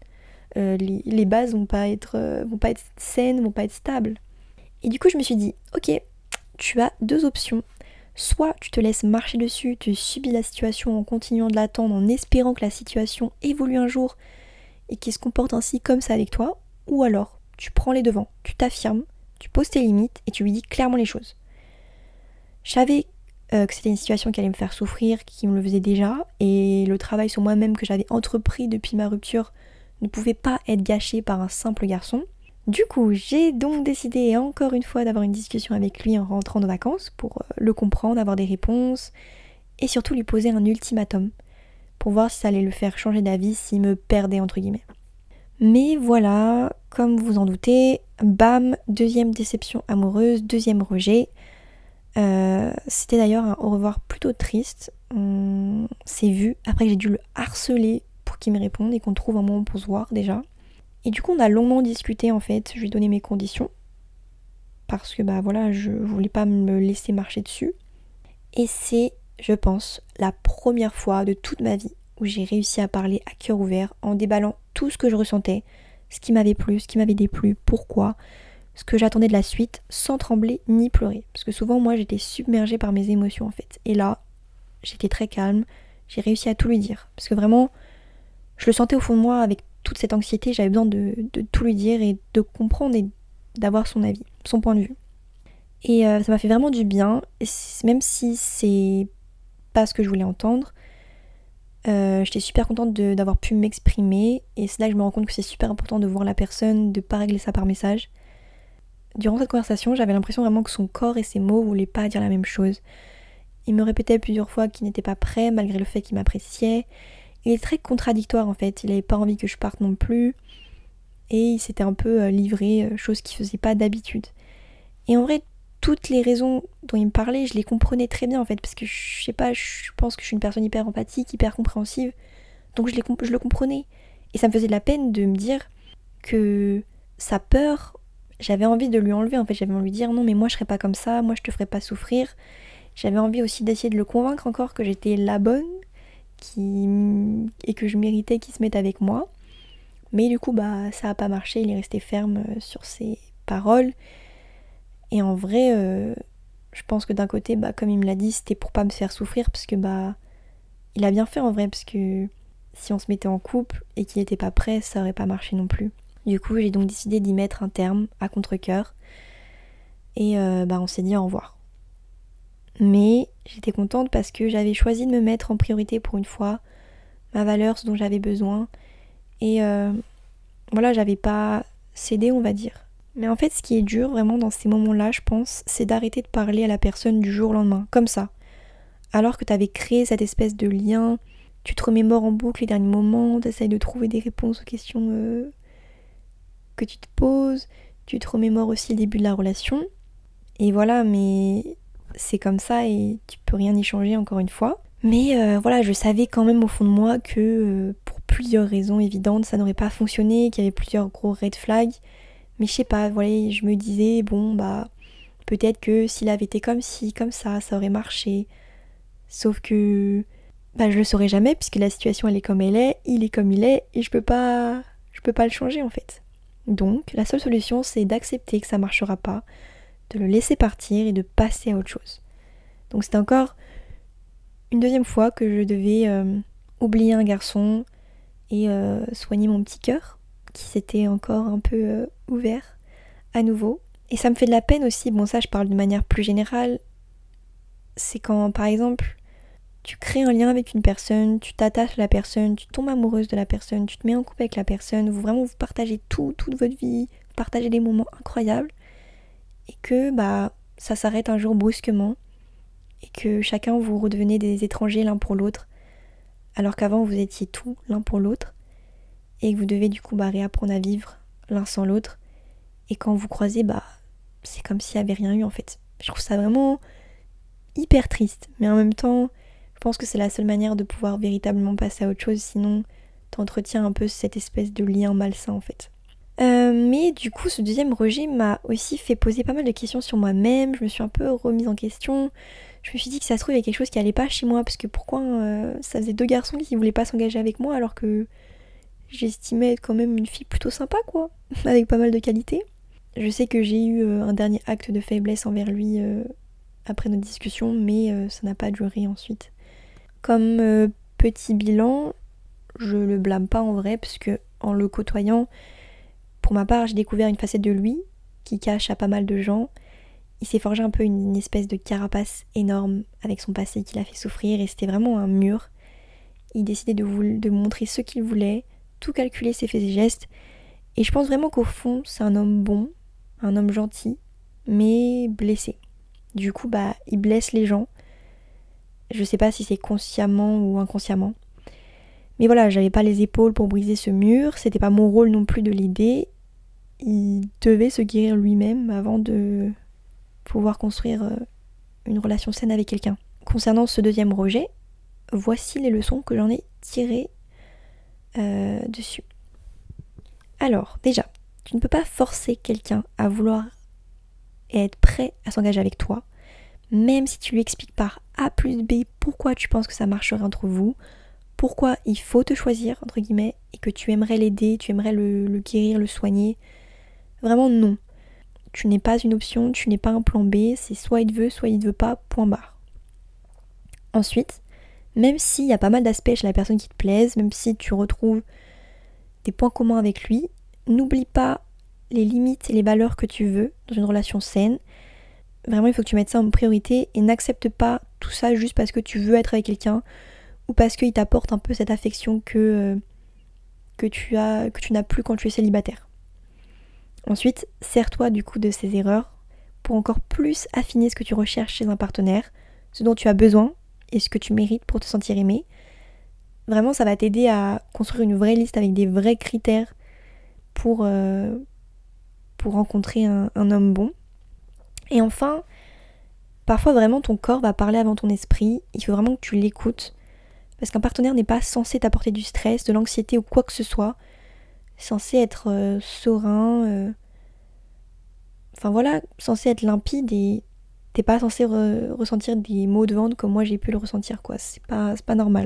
Les bases vont pas être saines, vont pas être stables. Et du coup je me suis dit, ok, tu as deux options. Soit tu te laisses marcher dessus, tu subis la situation en continuant de l'attendre, en espérant que la situation évolue un jour et qu'il se comporte ainsi comme ça avec toi, ou alors tu prends les devants, tu t'affirmes, tu poses tes limites et tu lui dis clairement les choses. Je savais que c'était une situation qui allait me faire souffrir, qui me le faisait déjà, et le travail sur moi-même que j'avais entrepris depuis ma rupture ne pouvait pas être gâché par un simple garçon. Du coup, j'ai donc décidé encore une fois d'avoir une discussion avec lui en rentrant de vacances pour le comprendre, avoir des réponses et surtout lui poser un ultimatum pour voir si ça allait le faire changer d'avis s'il me perdait entre guillemets. Mais voilà, comme vous en doutez, bam, deuxième déception amoureuse, deuxième rejet. C'était d'ailleurs un au revoir plutôt triste. On s'est vu après que j'ai dû le harceler pour qu'il me réponde et qu'on trouve un moment pour se voir déjà. Et du coup on a longuement discuté en fait, je lui ai donné mes conditions. Parce que bah voilà, je voulais pas me laisser marcher dessus. Et c'est, je pense, la première fois de toute ma vie où j'ai réussi à parler à cœur ouvert en déballant tout ce que je ressentais, ce qui m'avait plu, ce qui m'avait déplu, pourquoi, ce que j'attendais de la suite, sans trembler ni pleurer. Parce que souvent moi j'étais submergée par mes émotions en fait. Et là, j'étais très calme, j'ai réussi à tout lui dire. Parce que vraiment, je le sentais au fond de moi avec toute cette anxiété, j'avais besoin de tout lui dire et de comprendre et d'avoir son avis, son point de vue. Et ça m'a fait vraiment du bien, même si c'est pas ce que je voulais entendre. J'étais super contente d'avoir pu m'exprimer et c'est là que je me rends compte que c'est super important de voir la personne, de pas régler ça par message. Durant cette conversation, j'avais l'impression vraiment que son corps et ses mots voulaient pas dire la même chose. Il me répétait plusieurs fois qu'il n'était pas prêt malgré le fait qu'il m'appréciait. Il est très contradictoire en fait, il avait pas envie que je parte non plus et il s'était un peu livré, chose qu'il faisait pas d'habitude. Et en vrai, toutes les raisons dont il me parlait, je les comprenais très bien en fait, parce que je sais pas, je pense que je suis une personne hyper empathique, hyper compréhensive, donc je le comprenais. Et ça me faisait de la peine de me dire que sa peur, j'avais envie de lui enlever en fait, j'avais envie de lui dire non mais moi je serais pas comme ça, moi je te ferais pas souffrir. J'avais envie aussi d'essayer de le convaincre encore que j'étais la bonne et que je méritais qu'il se mette avec moi. Mais du coup bah ça a pas marché, il est resté ferme sur ses paroles. Et en vrai, je pense que d'un côté, bah, comme il me l'a dit, c'était pour pas me faire souffrir, parce que bah, il a bien fait en vrai, parce que si on se mettait en couple et qu'il n'était pas prêt, ça aurait pas marché non plus. Du coup, j'ai donc décidé d'y mettre un terme à contre-cœur, et bah, on s'est dit au revoir. Mais j'étais contente parce que j'avais choisi de me mettre en priorité pour une fois, ma valeur, ce dont j'avais besoin, et voilà, j'avais pas cédé, on va dire. Mais en fait, ce qui est dur vraiment dans ces moments-là, je pense, c'est d'arrêter de parler à la personne du jour au lendemain, comme ça. Alors que t'avais créé cette espèce de lien, tu te remémores en boucle les derniers moments, t'essayes de trouver des réponses aux questions que tu te poses, tu te remémores aussi le début de la relation. Et voilà, mais c'est comme ça et tu peux rien y changer encore une fois. Mais voilà, je savais quand même au fond de moi que pour plusieurs raisons évidentes, ça n'aurait pas fonctionné, qu'il y avait plusieurs gros red flags. Mais je sais pas, voilà, je me disais, bon, bah, peut-être que s'il avait été comme ci, comme ça aurait marché. Sauf que, bah, je le saurais jamais, puisque la situation, elle est comme elle est, il est comme il est, et je peux pas le changer, en fait. Donc, la seule solution, c'est d'accepter que ça marchera pas, de le laisser partir et de passer à autre chose. Donc, c'était encore une deuxième fois que je devais oublier un garçon et soigner mon petit cœur, qui s'était encore un peu ouvert à nouveau. Et ça me fait de la peine aussi, bon ça je parle de manière plus générale, c'est quand par exemple tu crées un lien avec une personne, tu t'attaches à la personne, tu tombes amoureuse de la personne, tu te mets en couple avec la personne, vous partagez tout, toute votre vie, vous partagez des moments incroyables, et que ça s'arrête un jour brusquement, et que chacun vous redevenez des étrangers l'un pour l'autre, alors qu'avant vous étiez tout l'un pour l'autre, et que vous devez du coup réapprendre à vivre l'un sans l'autre, et quand vous croisez, c'est comme s'il n'y avait rien eu en fait. Je trouve ça vraiment hyper triste, mais en même temps, je pense que c'est la seule manière de pouvoir véritablement passer à autre chose, sinon t'entretiens un peu cette espèce de lien malsain en fait. Mais du coup, ce deuxième rejet m'a aussi fait poser pas mal de questions sur moi-même, je me suis un peu remise en question, je me suis dit que ça se trouve il y a quelque chose qui allait pas chez moi, parce que pourquoi ça faisait 2 garçons qui voulaient pas s'engager avec moi alors que j'estimais être quand même une fille plutôt sympa quoi, avec pas mal de qualités. Je sais que j'ai eu un dernier acte de faiblesse envers lui après notre discussion, mais ça n'a pas duré ensuite. Comme petit bilan, je le blâme pas en vrai, parce que en le côtoyant, pour ma part, j'ai découvert une facette de lui qui cache à pas mal de gens. Il s'est forgé un peu une espèce de carapace énorme avec son passé qui l'a fait souffrir, et c'était vraiment un mur. Il décidait de montrer ce qu'il voulait, tout calculer ses faits et gestes, et je pense vraiment qu'au fond, c'est un homme bon, un homme gentil, mais blessé. Du coup, il blesse les gens. Je sais pas si c'est consciemment ou inconsciemment. Mais voilà, j'avais pas les épaules pour briser ce mur, c'était pas mon rôle non plus de l'aider. Il devait se guérir lui-même avant de pouvoir construire une relation saine avec quelqu'un. Concernant ce deuxième rejet, voici les leçons que j'en ai tirées dessus. Alors, déjà, tu ne peux pas forcer quelqu'un à vouloir et être prêt à s'engager avec toi, même si tu lui expliques par A plus B pourquoi tu penses que ça marcherait entre vous, pourquoi il faut te choisir, entre guillemets, et que tu aimerais l'aider, tu aimerais le guérir, le soigner. Vraiment non. Tu n'es pas une option, tu n'es pas un plan B, c'est soit il veut pas, point barre. Ensuite, même s'il y a pas mal d'aspects chez la personne qui te plaisent, même si tu retrouves des points communs avec lui, n'oublie pas les limites et les valeurs que tu veux dans une relation saine. Vraiment, il faut que tu mettes ça en priorité et n'accepte pas tout ça juste parce que tu veux être avec quelqu'un ou parce qu'il t'apporte un peu cette affection que tu n'as plus quand tu es célibataire. Ensuite, sers-toi du coup de ces erreurs pour encore plus affiner ce que tu recherches chez un partenaire, ce dont tu as besoin et ce que tu mérites pour te sentir aimé. Vraiment, ça va t'aider à construire une vraie liste avec des vrais critères pour rencontrer un homme bon. Et enfin, parfois vraiment ton corps va parler avant ton esprit, il faut vraiment que tu l'écoutes, parce qu'un partenaire n'est pas censé t'apporter du stress, de l'anxiété ou quoi que ce soit, censé être serein, enfin voilà, censé être limpide, et t'es pas censé ressentir des maux de ventre comme moi j'ai pu le ressentir quoi, c'est pas normal.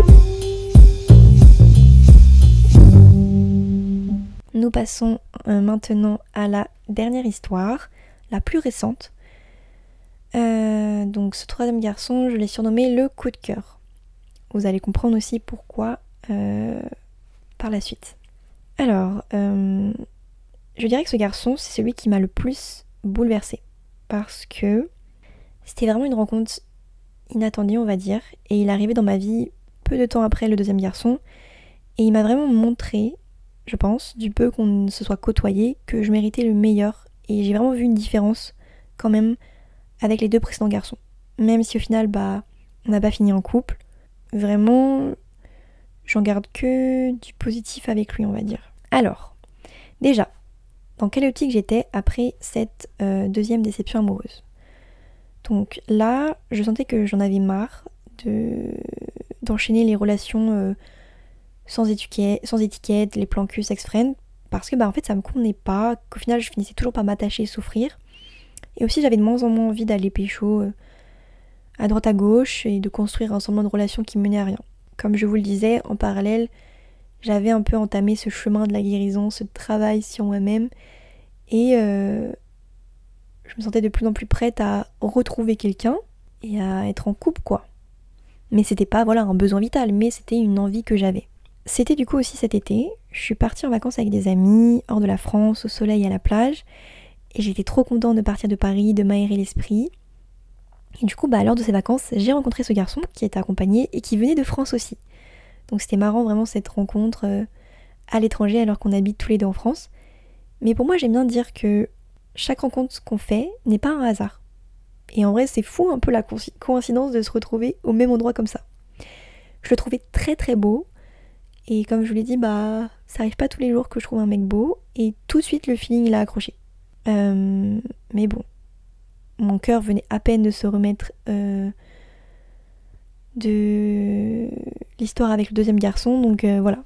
Nous passons maintenant à la dernière histoire, la plus récente. Donc ce troisième garçon, je l'ai surnommé le coup de cœur. Vous allez comprendre aussi pourquoi par la suite. Alors, je dirais que ce garçon, c'est celui qui m'a le plus bouleversée. Parce que c'était vraiment une rencontre inattendue, on va dire. Et il est arrivé dans ma vie peu de temps après le deuxième garçon. Et il m'a vraiment montré, je pense, du peu qu'on se soit côtoyé, que je méritais le meilleur. Et j'ai vraiment vu une différence quand même avec les 2 précédents garçons. Même si au final, on n'a pas fini en couple. Vraiment, j'en garde que du positif avec lui, on va dire. Alors, déjà, dans quelle optique j'étais après cette deuxième déception amoureuse? Donc là, je sentais que j'en avais marre d'enchaîner les relations sans étiquette, les plans cul, sex friend, parce que en fait ça me convenait pas, qu'au final je finissais toujours par m'attacher et souffrir. Et aussi j'avais de moins en moins envie d'aller pécho à droite à gauche et de construire un semblant de relation qui menait à rien. Comme je vous le disais, en parallèle, j'avais un peu entamé ce chemin de la guérison, ce travail sur moi-même, et je me sentais de plus en plus prête à retrouver quelqu'un et à être en couple quoi. Mais c'était pas un besoin vital, mais c'était une envie que j'avais. C'était du coup aussi cet été, je suis partie en vacances avec des amis, hors de la France, au soleil, à la plage, et j'étais trop contente de partir de Paris, de m'aérer l'esprit. Et du coup, lors de ces vacances, j'ai rencontré ce garçon qui était accompagné et qui venait de France aussi. Donc c'était marrant vraiment cette rencontre à l'étranger alors qu'on habite tous les deux en France. Mais pour moi, j'aime bien dire que chaque rencontre qu'on fait n'est pas un hasard. Et en vrai, c'est fou un peu la coïncidence de se retrouver au même endroit comme ça. Je le trouvais très très beau. Et comme je vous l'ai dit, ça arrive pas tous les jours que je trouve un mec beau. Et tout de suite, le feeling, il a accroché. Mais bon, mon cœur venait à peine de se remettre de l'histoire avec le deuxième garçon. Donc voilà,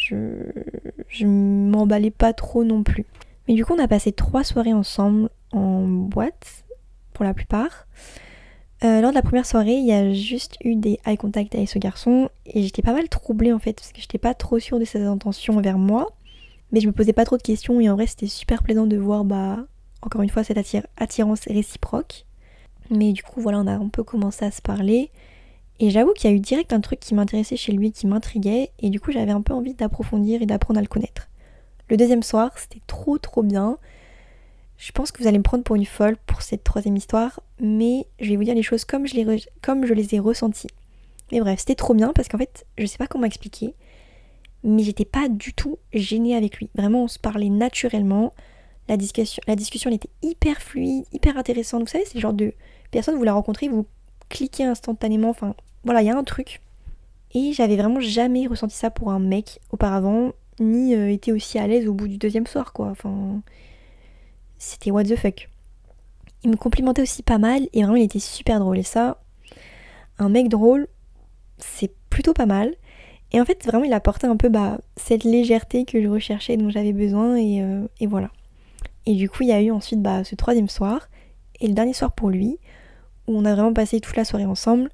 je m'emballais pas trop non plus. Mais du coup, on a passé 3 soirées ensemble en boîte, pour la plupart. Lors de la première soirée, il y a juste eu des eye contact avec ce garçon et j'étais pas mal troublée en fait parce que j'étais pas trop sûre de ses intentions envers moi, mais je me posais pas trop de questions et en vrai c'était super plaisant de voir encore une fois cette attirance réciproque. Mais du coup voilà, on a un peu commencé à se parler et j'avoue qu'il y a eu direct un truc qui m'intéressait chez lui, qui m'intriguait et du coup j'avais un peu envie d'approfondir et d'apprendre à le connaître. Le deuxième soir, c'était trop bien. Je pense que vous allez me prendre pour une folle pour cette troisième histoire, mais je vais vous dire les choses comme je les ai ressenties. Mais bref, c'était trop bien parce qu'en fait, je sais pas comment expliquer, mais j'étais pas du tout gênée avec lui. Vraiment, on se parlait naturellement. La discussion elle était hyper fluide, hyper intéressante. Vous savez, c'est le genre de personne, vous la rencontrez, vous cliquez instantanément. Enfin, voilà, il y a un truc. Et j'avais vraiment jamais ressenti ça pour un mec auparavant, ni été aussi à l'aise au bout du deuxième soir, quoi. Enfin, c'était what the fuck. Il me complimentait aussi pas mal et vraiment il était super drôle. Et ça, un mec drôle, c'est plutôt pas mal. Et en fait, vraiment, il apportait un peu cette légèreté que je recherchais, dont j'avais besoin et voilà. Et du coup, il y a eu ensuite ce troisième soir et le dernier soir pour lui, où on a vraiment passé toute la soirée ensemble.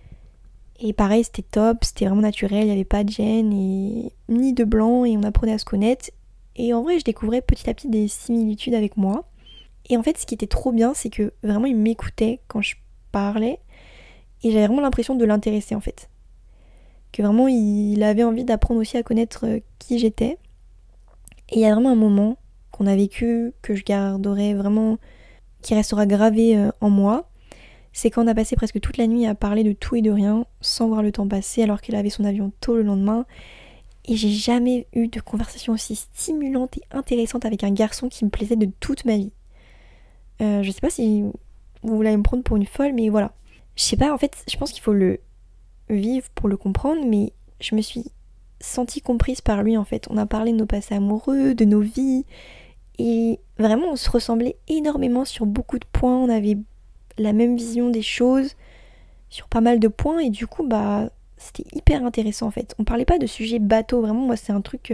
Et pareil, c'était top, c'était vraiment naturel, il n'y avait pas de gêne et ni de blanc et on apprenait à se connaître. Et en vrai, je découvrais petit à petit des similitudes avec moi. Et en fait, ce qui était trop bien, c'est que vraiment, il m'écoutait quand je parlais et j'avais vraiment l'impression de l'intéresser en fait. Que vraiment, il avait envie d'apprendre aussi à connaître qui j'étais. Et il y a vraiment un moment qu'on a vécu, que je garderai vraiment, qui restera gravé en moi. C'est quand on a passé presque toute la nuit à parler de tout et de rien, sans voir le temps passer, alors qu'elle avait son avion tôt le lendemain. Et j'ai jamais eu de conversation aussi stimulante et intéressante avec un garçon qui me plaisait de toute ma vie. Je sais pas si vous voulez me prendre pour une folle, mais voilà. Je sais pas, en fait, je pense qu'il faut le vivre pour le comprendre, mais je me suis sentie comprise par lui en fait. On a parlé de nos passés amoureux, de nos vies, et vraiment on se ressemblait énormément sur beaucoup de points, on avait la même vision des choses sur pas mal de points, et du coup c'était hyper intéressant en fait. On parlait pas de sujets bateaux, vraiment moi c'est un truc...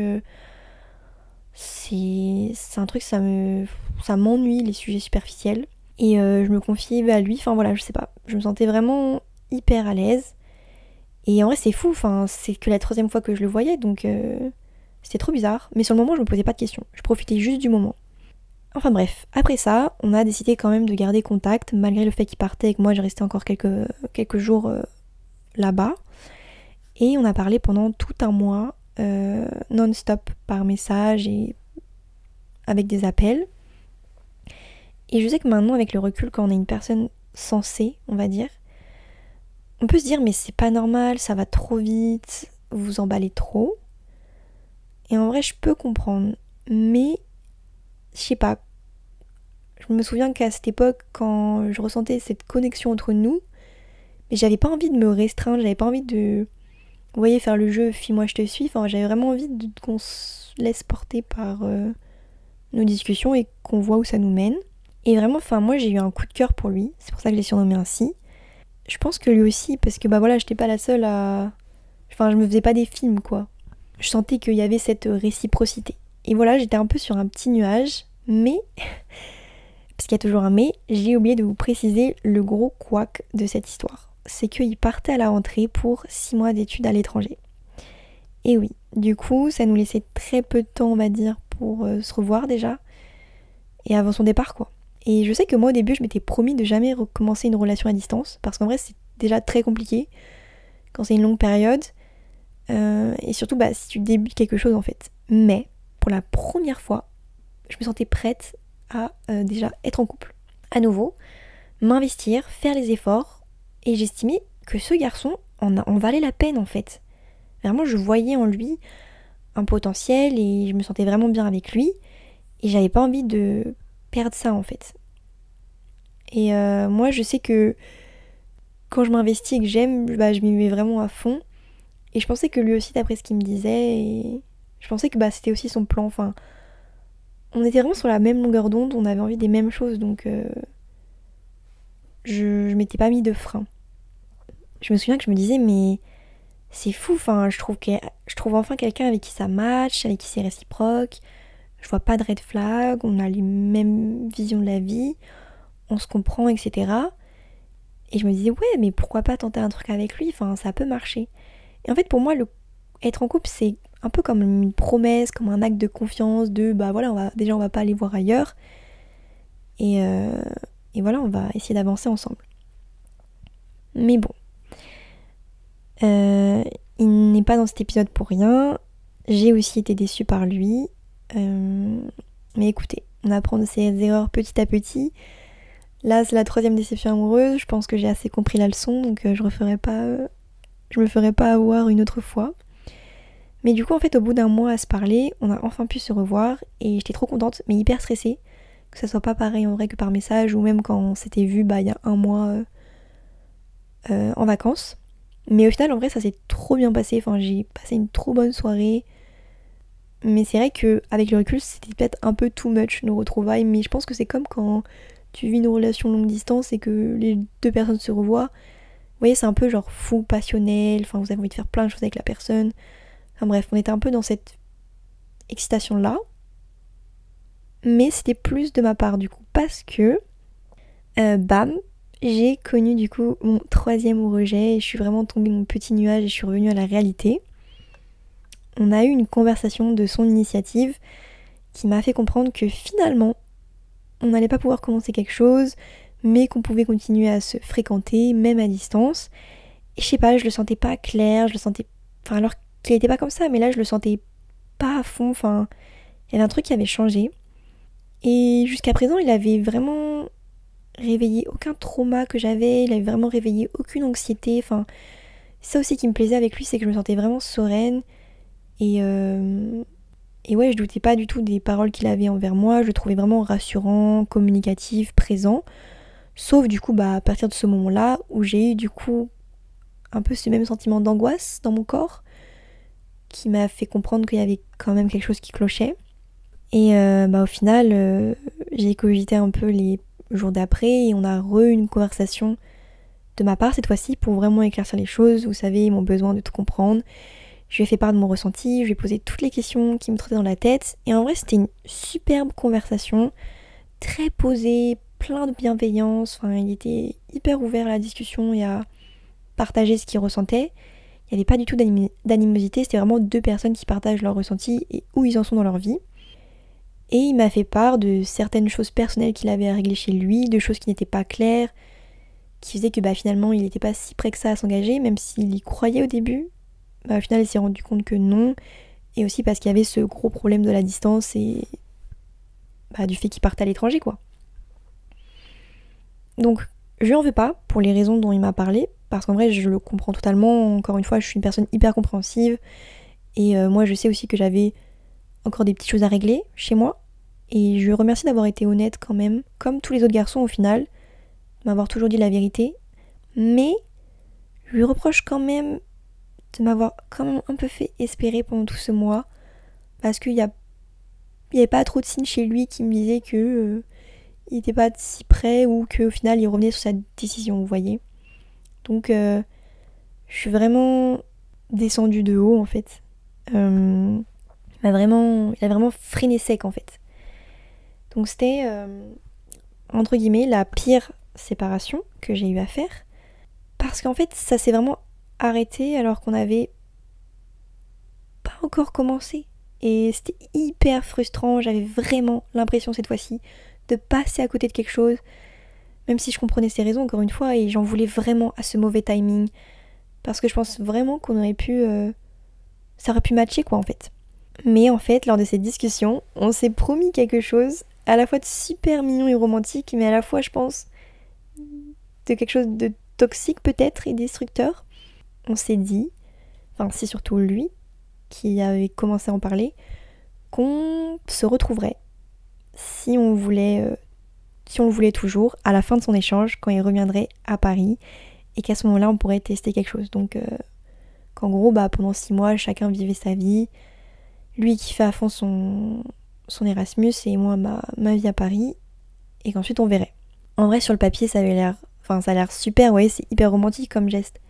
c'est un truc, ça m'ennuie les sujets superficiels. Et je me confiais à lui, enfin voilà, je sais pas. Je me sentais vraiment hyper à l'aise. Et en vrai, c'est fou, enfin, c'est que la troisième fois que je le voyais, donc c'était trop bizarre. Mais sur le moment, je me posais pas de questions. Je profitais juste du moment. Enfin bref, après ça, on a décidé quand même de garder contact, malgré le fait qu'il partait et que moi, j'ai resté encore quelques jours là-bas. Et on a parlé pendant tout un mois, non-stop, par message et avec des appels. Et je sais que maintenant, avec le recul, quand on est une personne sensée, on va dire, on peut se dire mais c'est pas normal, ça va trop vite, vous vous emballez trop. Et en vrai, je peux comprendre. Mais, je sais pas, je me souviens qu'à cette époque, quand je ressentais cette connexion entre nous, mais j'avais pas envie de me restreindre, j'avais pas envie de, vous voyez, faire le jeu « moi je te suis ». Enfin, j'avais vraiment envie qu'on se laisse porter par nos discussions et qu'on voit où ça nous mène. Et vraiment, enfin, moi j'ai eu un coup de cœur pour lui, c'est pour ça que je l'ai surnommé ainsi. Je pense que lui aussi, parce que voilà, j'étais pas la seule à... Enfin, je me faisais pas des films, quoi. Je sentais qu'il y avait cette réciprocité. Et voilà, j'étais un peu sur un petit nuage, mais, parce qu'il y a toujours un mais, j'ai oublié de vous préciser le gros couac de cette histoire. C'est qu'il partait à la rentrée pour 6 mois d'études à l'étranger. Et oui, du coup, ça nous laissait très peu de temps, on va dire, pour se revoir déjà, et avant son départ, quoi. Et je sais que moi, au début, je m'étais promis de jamais recommencer une relation à distance, parce qu'en vrai, c'est déjà très compliqué quand c'est une longue période, et surtout si tu débutes quelque chose en fait. Mais pour la première fois, je me sentais prête à déjà être en couple à nouveau. m'investir, faire les efforts, et j'estimais que ce garçon en valait la peine en fait. Vraiment, je voyais en lui un potentiel et je me sentais vraiment bien avec lui, et j'avais pas envie de perdre ça en fait. Et moi, je sais que quand je m'investis et que j'aime, je m'y mets vraiment à fond. Et je pensais que lui aussi, d'après ce qu'il me disait, et je pensais que c'était aussi son plan. Enfin, on était vraiment sur la même longueur d'onde, on avait envie des mêmes choses, donc je m'étais pas mis de frein. Je me souviens que je me disais, mais c'est fou, enfin, je trouve enfin quelqu'un avec qui ça match, avec qui c'est réciproque. Je vois pas de red flag, on a les mêmes visions de la vie, on se comprend, etc. Et je me disais, ouais, mais pourquoi pas tenter un truc avec lui, enfin, ça peut marcher. Et en fait, pour moi, être en couple, c'est un peu comme une promesse, comme un acte de confiance, de bah voilà, on va pas aller voir ailleurs. Et, euh, et voilà, on va essayer d'avancer ensemble. Mais bon, euh, il n'est pas dans cet épisode pour rien. J'ai aussi été déçue par lui. Mais écoutez, on apprend de ses erreurs petit à petit. Là, c'est la 3e déception amoureuse. Je pense que j'ai assez compris la leçon, donc je me ferai pas avoir une autre fois. Mais du coup, en fait, au bout d'un mois à se parler, on a enfin pu se revoir et j'étais trop contente, mais hyper stressée. Que ça soit pas pareil en vrai que par message ou même quand on s'était vu il y a un mois en vacances. Mais au final, en vrai, ça s'est trop bien passé. Enfin, j'ai passé une trop bonne soirée. Mais c'est vrai qu'avec le recul, c'était peut-être un peu too much nos retrouvailles. Mais je pense que c'est comme quand tu vis une relation longue distance et que les deux personnes se revoient. Vous voyez, c'est un peu genre fou, passionnel. Enfin, vous avez envie de faire plein de choses avec la personne. Enfin bref, on était un peu dans cette excitation-là. Mais c'était plus de ma part du coup. Parce que, bam, j'ai connu du coup mon 3e au rejet. Et je suis vraiment tombée de mon petit nuage et je suis revenue à la réalité. On a eu une conversation de son initiative qui m'a fait comprendre que finalement, on n'allait pas pouvoir commencer quelque chose, mais qu'on pouvait continuer à se fréquenter, même à distance. Et je sais pas, je le sentais pas clair, je le sentais... Enfin, alors qu'il était pas comme ça, mais là, je le sentais pas à fond. Enfin, il y avait un truc qui avait changé. Et jusqu'à présent, il avait vraiment réveillé aucun trauma que j'avais, il avait vraiment réveillé aucune anxiété. Enfin, ça aussi qui me plaisait avec lui, c'est que je me sentais vraiment sereine. Et, et ouais, je doutais pas du tout des paroles qu'il avait envers moi. Je le trouvais vraiment rassurant, communicatif, présent. Sauf du coup, à partir de ce moment-là, où j'ai eu du coup un peu ce même sentiment d'angoisse dans mon corps, qui m'a fait comprendre qu'il y avait quand même quelque chose qui clochait. Et au final, j'ai cogité un peu les jours d'après et on a eu une conversation de ma part cette fois-ci pour vraiment éclaircir les choses. Vous savez, mon besoin de tout comprendre. Je lui ai fait part de mon ressenti, je lui ai posé toutes les questions qui me trottaient dans la tête. Et en vrai, c'était une superbe conversation, très posée, plein de bienveillance. Enfin, il était hyper ouvert à la discussion et à partager ce qu'il ressentait. Il n'y avait pas du tout d'animosité, c'était vraiment 2 personnes qui partagent leurs ressentis et où ils en sont dans leur vie. Et il m'a fait part de certaines choses personnelles qu'il avait à régler chez lui, de choses qui n'étaient pas claires, qui faisaient que finalement il n'était pas si prêt que ça à s'engager, même s'il y croyait au début. Au final il s'est rendu compte que non, et aussi parce qu'il y avait ce gros problème de la distance et du fait qu'il partait à l'étranger quoi. Donc je lui en veux pas pour les raisons dont il m'a parlé, parce qu'en vrai je le comprends totalement, encore une fois je suis une personne hyper compréhensive, et moi je sais aussi que j'avais encore des petites choses à régler chez moi. Et je lui remercie d'avoir été honnête quand même, comme tous les autres garçons au final, de m'avoir toujours dit la vérité. Mais je lui reproche quand même de m'avoir quand même un peu fait espérer pendant tout ce mois. Parce qu'il y avait pas trop de signes chez lui qui me disaient que il était pas si prêt ou qu'au final il revenait sur sa décision, vous voyez. Donc je suis vraiment descendue de haut en fait. Il a vraiment freiné sec en fait. Donc c'était, entre guillemets, la pire séparation que j'ai eu à faire. Parce qu'en fait, ça s'est vraiment arrêté alors qu'on n'avait pas encore commencé. Et c'était hyper frustrant. J'avais vraiment l'impression cette fois-ci de passer à côté de quelque chose. Même si je comprenais ses raisons encore une fois. Et j'en voulais vraiment à ce mauvais timing. Parce que je pense vraiment qu'on aurait pu... ça aurait pu matcher quoi en fait. Mais en fait, lors de cette discussion, on s'est promis quelque chose à la fois de super mignon et romantique, mais à la fois, je pense, de quelque chose de toxique peut-être et destructeur. On s'est dit, enfin c'est surtout lui qui avait commencé à en parler, qu'on se retrouverait si on le voulait toujours, à la fin de son échange, quand il reviendrait à Paris, et qu'à ce moment-là, on pourrait tester quelque chose. Donc, qu'en gros, pendant 6 mois, chacun vivait sa vie. Lui qui fait à fond son Erasmus, et moi, ma vie à Paris, et qu'ensuite, on verrait. En vrai, sur le papier, ça a l'air super, ouais, c'est hyper romantique comme geste.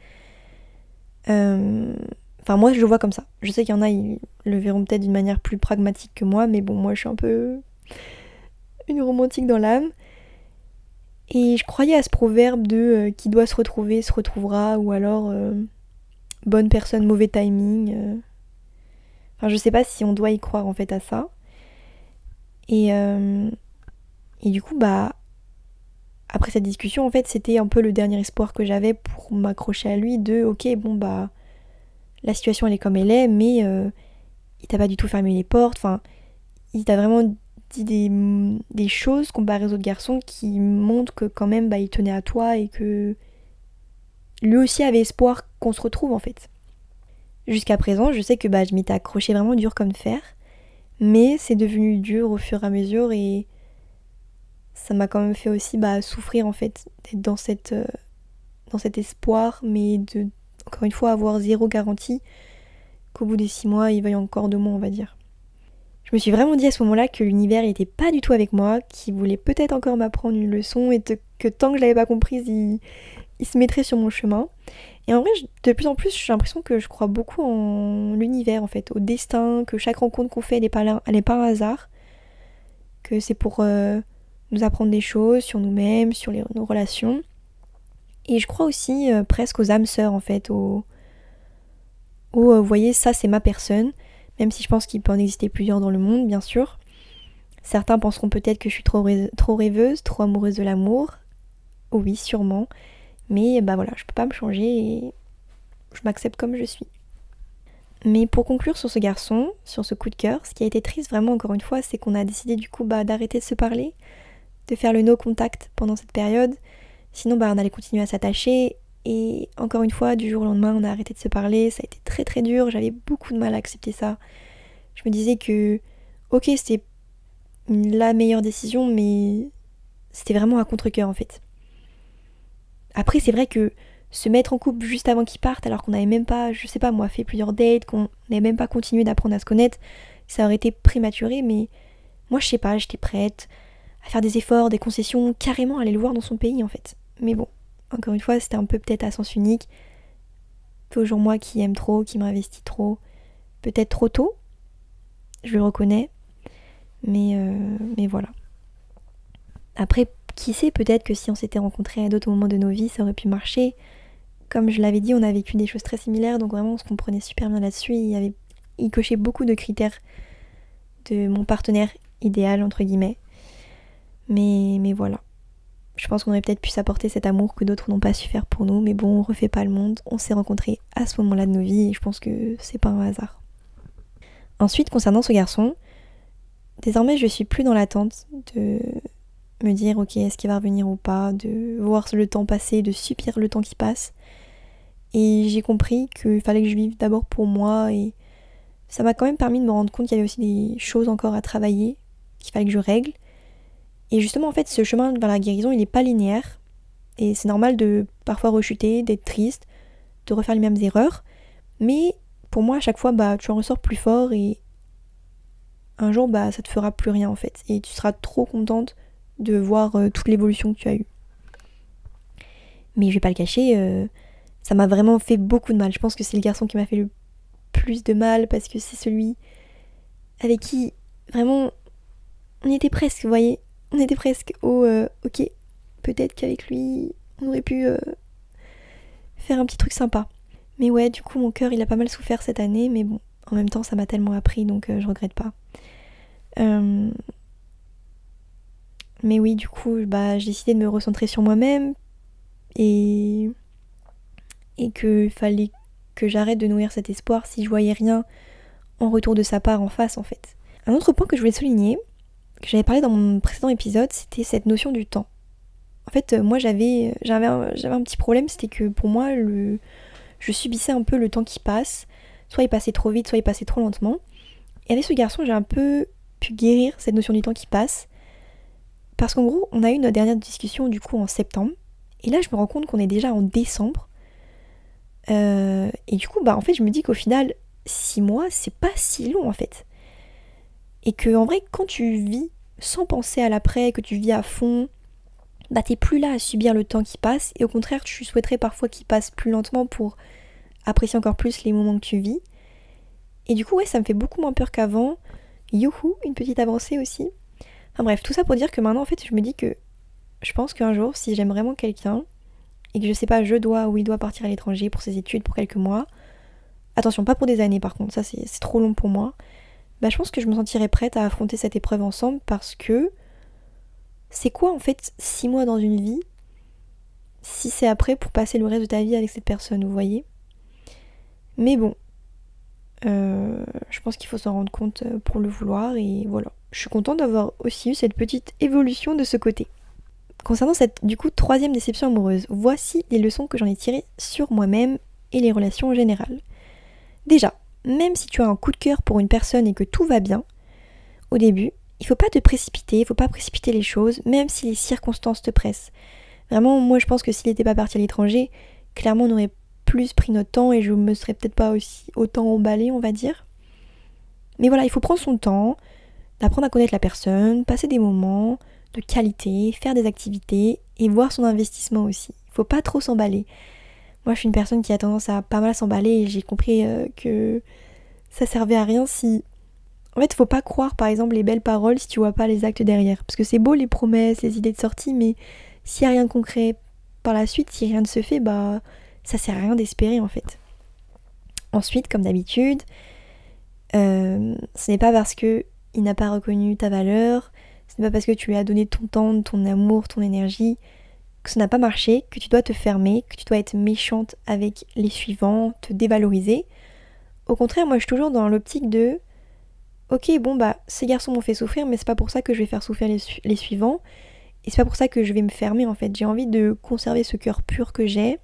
Moi, je le vois comme ça. Je sais qu'il y en a, ils le verront peut-être d'une manière plus pragmatique que moi, mais bon, moi, je suis un peu une romantique dans l'âme. Et je croyais à ce proverbe de qui doit se retrouver se retrouvera, ou alors bonne personne, mauvais timing. Je sais pas si on doit y croire en fait à ça. Et du coup, après cette discussion, en fait, c'était un peu le dernier espoir que j'avais pour m'accrocher à lui de ok, la situation elle est comme elle est, mais il t'a pas du tout fermé les portes, enfin, il t'a vraiment dit des choses comparées aux autres garçons qui montrent que quand même il tenait à toi et que lui aussi avait espoir qu'on se retrouve en fait. Jusqu'à présent, je sais que je m'étais accrochée vraiment dur comme fer, mais c'est devenu dur au fur et à mesure et ça m'a quand même fait aussi souffrir en fait d'être dans cet espoir, mais de encore une fois avoir zéro garantie qu'au bout des 6 mois il veuille encore de moi, on va dire. Je me suis vraiment dit à ce moment-là que l'univers n'était pas du tout avec moi, qu'il voulait peut-être encore m'apprendre une leçon et que tant que je l'avais pas comprise, il se mettrait sur mon chemin. Et en vrai, de plus en plus, j'ai l'impression que je crois beaucoup en l'univers, en fait, au destin, que chaque rencontre qu'on fait, elle n'est pas un hasard, que c'est pour nous apprendre des choses sur nous-mêmes, sur nos relations. Et je crois aussi presque aux âmes sœurs, en fait, vous voyez, ça c'est ma personne, même si je pense qu'il peut en exister plusieurs dans le monde, bien sûr. Certains penseront peut-être que je suis trop rêveuse, trop amoureuse de l'amour. Oui, sûrement. Mais voilà, je peux pas me changer et je m'accepte comme je suis. Mais pour conclure sur ce garçon, sur ce coup de cœur, ce qui a été triste vraiment encore une fois, c'est qu'on a décidé du coup d'arrêter de se parler, de faire le no contact pendant cette période. Sinon on allait continuer à s'attacher et encore une fois du jour au lendemain on a arrêté de se parler. Ça a été très très dur, j'avais beaucoup de mal à accepter ça. Je me disais que ok, c'était la meilleure décision, mais c'était vraiment à contre-cœur en fait. Après c'est vrai que se mettre en couple juste avant qu'ils partent alors qu'on n'avait même pas, je sais pas moi, fait plusieurs dates, qu'on n'avait même pas continué d'apprendre à se connaître, ça aurait été prématuré, mais moi je sais pas, j'étais prête à faire des efforts, des concessions, carrément aller le voir dans son pays en fait. Mais bon, encore une fois, c'était un peu peut-être à sens unique. Toujours moi qui aime trop, qui m'investis trop, peut-être trop tôt, je le reconnais, mais voilà. Après, qui sait, peut-être que si on s'était rencontrés à d'autres moments de nos vies, ça aurait pu marcher. Comme je l'avais dit, on a vécu des choses très similaires, donc vraiment on se comprenait super bien là-dessus. Il cochait beaucoup de critères de mon partenaire idéal, entre guillemets. Mais voilà. Je pense qu'on aurait peut-être pu s'apporter cet amour que d'autres n'ont pas su faire pour nous, mais bon, on refait pas le monde. On s'est rencontrés à ce moment-là de nos vies et je pense que c'est pas un hasard. Ensuite, concernant ce garçon, désormais je suis plus dans l'attente de me dire ok, est-ce qu'il va revenir ou pas, de voir le temps passer, de subir le temps qui passe. Et j'ai compris qu'il fallait que je vive d'abord pour moi et ça m'a quand même permis de me rendre compte qu'il y avait aussi des choses encore à travailler, qu'il fallait que je règle. Et justement, en fait, ce chemin vers la guérison, il n'est pas linéaire. Et c'est normal de parfois rechuter, d'être triste, de refaire les mêmes erreurs. Mais pour moi, à chaque fois, tu en ressors plus fort et un jour, ça te fera plus rien en fait. Et tu seras trop contente de voir toute l'évolution que tu as eue. Mais je vais pas le cacher, ça m'a vraiment fait beaucoup de mal. Je pense que c'est le garçon qui m'a fait le plus de mal parce que c'est celui avec qui vraiment on y était presque, vous voyez. On était presque au ok, peut-être qu'avec lui on aurait pu faire un petit truc sympa. Mais ouais, du coup mon cœur il a pas mal souffert cette année, mais bon, en même temps ça m'a tellement appris donc je regrette pas. Mais oui, du coup j'ai décidé de me recentrer sur moi-même et qu'il fallait que j'arrête de nourrir cet espoir si je voyais rien en retour de sa part en face en fait. Un autre point que je voulais souligner, que j'avais parlé dans mon précédent épisode, c'était cette notion du temps. En fait, moi j'avais un petit problème, c'était que pour moi, je subissais un peu le temps qui passe. Soit il passait trop vite, soit il passait trop lentement. Et avec ce garçon, j'ai un peu pu guérir cette notion du temps qui passe. Parce qu'en gros, on a eu notre dernière discussion du coup en septembre. Et là, je me rends compte qu'on est déjà en décembre. Et du coup, en fait, je me dis qu'au final, 6 mois, c'est pas si long en fait. Et que en vrai, quand tu vis sans penser à l'après, que tu vis à fond, t'es plus là à subir le temps qui passe. Et au contraire, tu souhaiterais parfois qu'il passe plus lentement pour apprécier encore plus les moments que tu vis. Et du coup, ouais, ça me fait beaucoup moins peur qu'avant. Youhou, une petite avancée aussi. Enfin bref, tout ça pour dire que maintenant, en fait, je me dis que je pense qu'un jour, si j'aime vraiment quelqu'un, et que je sais pas, je dois ou il doit partir à l'étranger pour ses études pour quelques mois, attention, pas pour des années par contre, ça c'est trop long pour moi, je pense que je me sentirais prête à affronter cette épreuve ensemble parce que c'est quoi en fait 6 mois dans une vie si c'est après pour passer le reste de ta vie avec cette personne, vous voyez. Mais bon, je pense qu'il faut s'en rendre compte pour le vouloir et voilà. Je suis contente d'avoir aussi eu cette petite évolution de ce côté. Concernant cette, du coup, troisième déception amoureuse, voici les leçons que j'en ai tirées sur moi-même et les relations en général. Déjà, même si tu as un coup de cœur pour une personne et que tout va bien, au début, il faut pas te précipiter, il faut pas précipiter les choses, même si les circonstances te pressent. Vraiment, moi je pense que s'il n'était pas parti à l'étranger, clairement on aurait plus pris notre temps et je me serais peut-être pas aussi autant emballée, on va dire. Mais voilà, il faut prendre son temps, d'apprendre à connaître la personne, passer des moments de qualité, faire des activités et voir son investissement aussi. Il faut pas trop s'emballer. Moi je suis une personne qui a tendance à pas mal s'emballer et j'ai compris que ça servait à rien si... En fait, faut pas croire par exemple les belles paroles si tu vois pas les actes derrière. Parce que c'est beau les promesses, les idées de sortie, mais s'il y a rien de concret par la suite, si rien ne se fait, ça sert à rien d'espérer en fait. Ensuite, comme d'habitude, ce n'est pas parce que il n'a pas reconnu ta valeur, ce n'est pas parce que tu lui as donné ton temps, ton amour, ton énergie, que ça n'a pas marché, que tu dois te fermer, que tu dois être méchante avec les suivants, te dévaloriser. Au contraire, moi je suis toujours dans l'optique de ok, ces garçons m'ont fait souffrir, mais c'est pas pour ça que je vais faire souffrir les suivants, et c'est pas pour ça que je vais me fermer en fait. J'ai envie de conserver ce cœur pur que j'ai,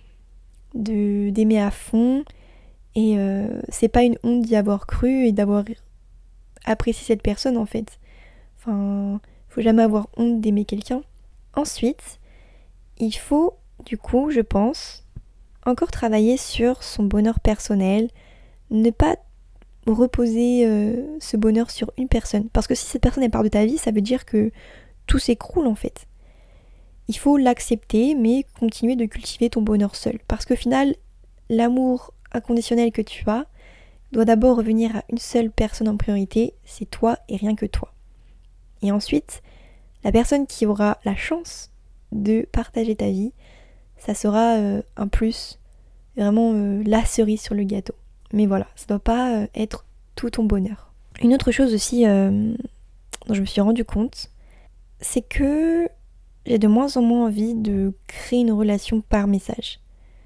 d'aimer à fond, et c'est pas une honte d'y avoir cru et d'avoir apprécié cette personne en fait. Enfin, faut jamais avoir honte d'aimer quelqu'un. Ensuite, il faut, du coup, je pense, encore travailler sur son bonheur personnel, ne pas reposer ce bonheur sur une personne. Parce que si cette personne est part de ta vie, ça veut dire que tout s'écroule en fait. Il faut l'accepter, mais continuer de cultiver ton bonheur seul. Parce qu'au final, l'amour inconditionnel que tu as doit d'abord revenir à une seule personne en priorité, c'est toi et rien que toi. Et ensuite, la personne qui aura la chance de partager ta vie, ça sera un plus, vraiment la cerise sur le gâteau. Mais voilà, ça doit pas être tout ton bonheur. Une autre chose aussi dont je me suis rendu compte, c'est que j'ai de moins en moins envie de créer une relation par message.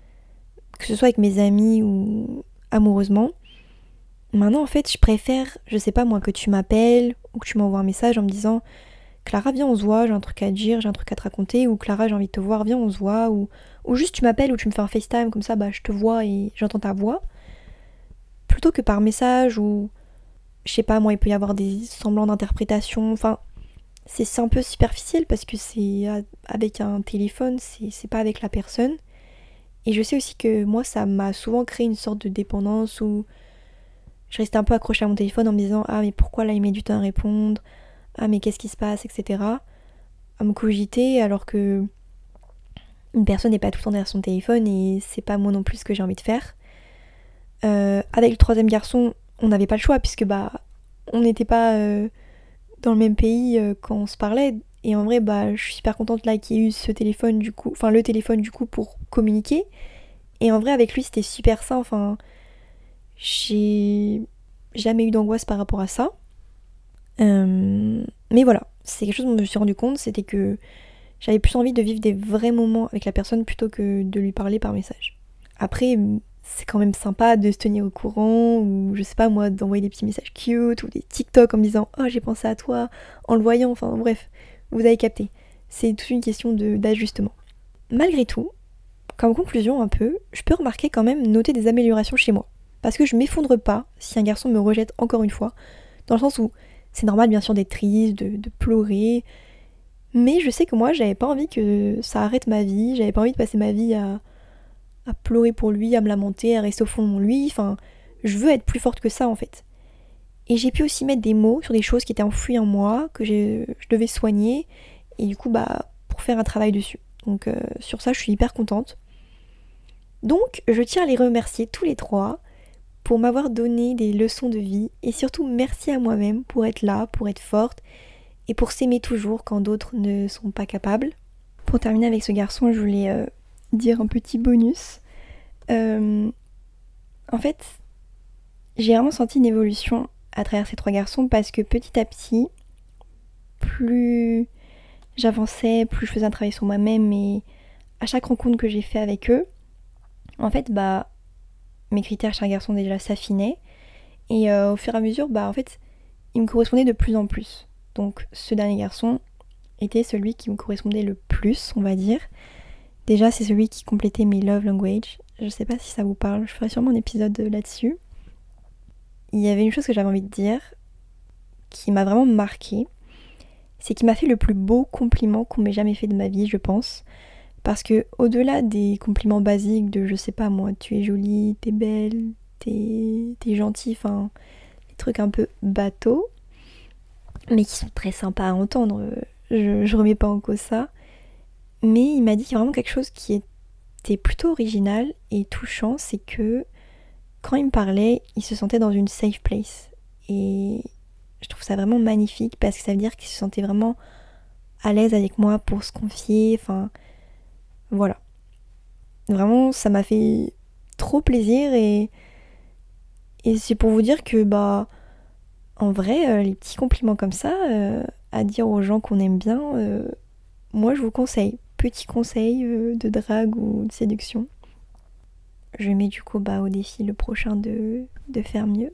Que ce soit avec mes amis ou amoureusement. Maintenant, en fait, je préfère, je sais pas moi, que tu m'appelles ou que tu m'envoies un message en me disant Clara, viens, on se voit, j'ai un truc à te dire, j'ai un truc à te raconter, ou Clara, j'ai envie de te voir, viens, on se voit, ou juste tu m'appelles ou tu me fais un FaceTime, comme ça, je te vois et j'entends ta voix. Plutôt que par message ou, je sais pas moi, il peut y avoir des semblants d'interprétation, enfin, c'est un peu superficiel parce que c'est avec un téléphone, c'est pas avec la personne. Et je sais aussi que moi, ça m'a souvent créé une sorte de dépendance où je restais un peu accrochée à mon téléphone en me disant ah mais pourquoi là il met du temps à répondre, ah mais qu'est-ce qui se passe, etc. À me cogiter alors que une personne n'est pas tout le temps derrière son téléphone et c'est pas moi non plus ce que j'ai envie de faire. Avec le troisième garçon, on n'avait pas le choix puisque on n'était pas dans le même pays quand on se parlait. Et en vrai, je suis super contente là qu'il y ait eu ce téléphone du coup, enfin le téléphone du coup pour communiquer. Et en vrai, avec lui, c'était super sain. Enfin, j'ai jamais eu d'angoisse par rapport à ça. Mais voilà, c'est quelque chose dont je me suis rendu compte, c'était que j'avais plus envie de vivre des vrais moments avec la personne plutôt que de lui parler par message. Après, c'est quand même sympa de se tenir au courant, ou je sais pas moi, d'envoyer des petits messages cute, ou des TikTok en me disant « Oh, j'ai pensé à toi », en le voyant, enfin bref, vous avez capté. c'est toute une question d'ajustement. Malgré tout, comme conclusion un peu, je peux remarquer quand même noter des améliorations chez moi. Parce que je m'effondre pas si un garçon me rejette encore une fois, dans le sens où c'est normal bien sûr d'être triste, de pleurer, mais je sais que moi j'avais pas envie que ça arrête ma vie, j'avais pas envie de passer ma vie à pleurer pour lui, à me lamenter, à rester au fond de mon lit, enfin je veux être plus forte que ça en fait. Et j'ai pu aussi mettre des mots sur des choses qui étaient enfouies en moi, que je devais soigner, et du coup pour faire un travail dessus. Donc sur ça je suis hyper contente. Donc je tiens à les remercier tous les trois pour m'avoir donné des leçons de vie et surtout merci à moi-même pour être là, pour être forte et pour s'aimer toujours quand d'autres ne sont pas capables. Pour terminer avec ce garçon, je voulais dire un petit bonus. En fait, j'ai vraiment senti une évolution à travers ces trois garçons parce que petit à petit, plus j'avançais, plus je faisais un travail sur moi-même et à chaque rencontre que j'ai fait avec eux, en fait, mes critères chez un garçon déjà s'affinaient et au fur et à mesure, en fait, ils me correspondaient de plus en plus. Donc ce dernier garçon était celui qui me correspondait le plus, on va dire. Déjà, c'est celui qui complétait mes love language. Je sais pas si ça vous parle, je ferai sûrement un épisode là-dessus. Il y avait une chose que j'avais envie de dire qui m'a vraiment marquée, c'est qu'il m'a fait le plus beau compliment qu'on m'ait jamais fait de ma vie, je pense. Parce que au-delà des compliments basiques de je sais pas moi, tu es jolie, t'es belle, t'es gentille, enfin des trucs un peu bateaux, mais qui sont très sympas à entendre, je remets pas en cause ça. Mais il m'a dit vraiment quelque chose qui était plutôt original et touchant, c'est que quand il me parlait, il se sentait dans une safe place. Et je trouve ça vraiment magnifique parce que ça veut dire qu'il se sentait vraiment à l'aise avec moi pour se confier, enfin voilà. Vraiment, ça m'a fait trop plaisir et c'est pour vous dire que en vrai, les petits compliments comme ça, à dire aux gens qu'on aime bien, moi je vous conseille. Petit conseil de drague ou de séduction. Je mets du coup au défi le prochain de faire mieux.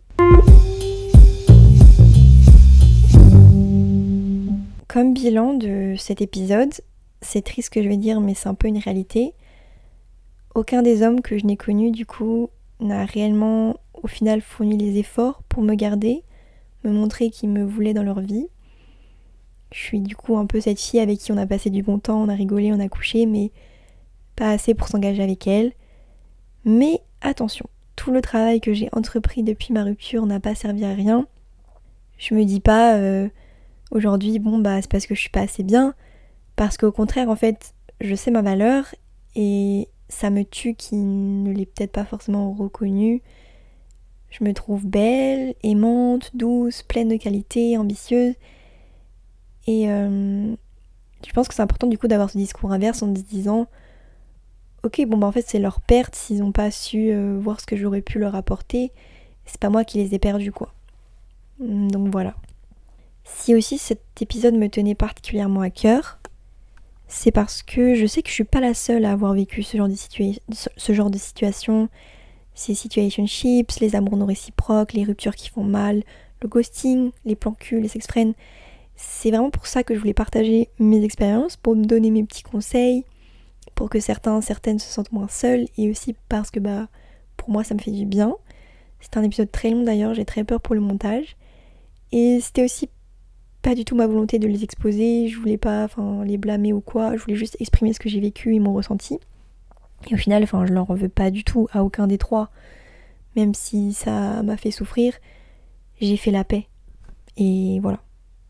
Comme bilan de cet épisode, c'est triste ce que je vais dire mais c'est un peu une réalité. Aucun des hommes que je n'ai connus du coup n'a réellement au final fourni les efforts pour me garder, me montrer qu'ils me voulaient dans leur vie. Je suis du coup un peu cette fille avec qui on a passé du bon temps, on a rigolé, on a couché, mais pas assez pour s'engager avec elle. Mais attention, tout le travail que j'ai entrepris depuis ma rupture n'a pas servi à rien. Je me dis pas aujourd'hui c'est parce que je suis pas assez bien, parce qu'au contraire en fait je sais ma valeur et ça me tue qui ne l'ait peut-être pas forcément reconnue. Je me trouve belle, aimante, douce, pleine de qualités, ambitieuse. Et je pense que c'est important du coup d'avoir ce discours inverse en se disant ok en fait c'est leur perte s'ils n'ont pas su voir ce que j'aurais pu leur apporter. C'est pas moi qui les ai perdus quoi. Donc voilà. Si aussi cet épisode me tenait particulièrement à cœur, c'est parce que je sais que je suis pas la seule à avoir vécu ce genre de situation, ces situationships, les amours non réciproques, les ruptures qui font mal, le ghosting, les plans cul, les sex friends. C'est vraiment pour ça que je voulais partager mes expériences, pour me donner mes petits conseils, pour que certaines se sentent moins seules et aussi parce que pour moi ça me fait du bien. C'était un épisode très long d'ailleurs, j'ai très peur pour le montage. Et c'était aussi pas du tout ma volonté de les exposer, je voulais pas les blâmer ou quoi, je voulais juste exprimer ce que j'ai vécu et mon ressenti. Et au final, je leur en veux pas du tout à aucun des trois. Même si ça m'a fait souffrir, j'ai fait la paix. Et voilà.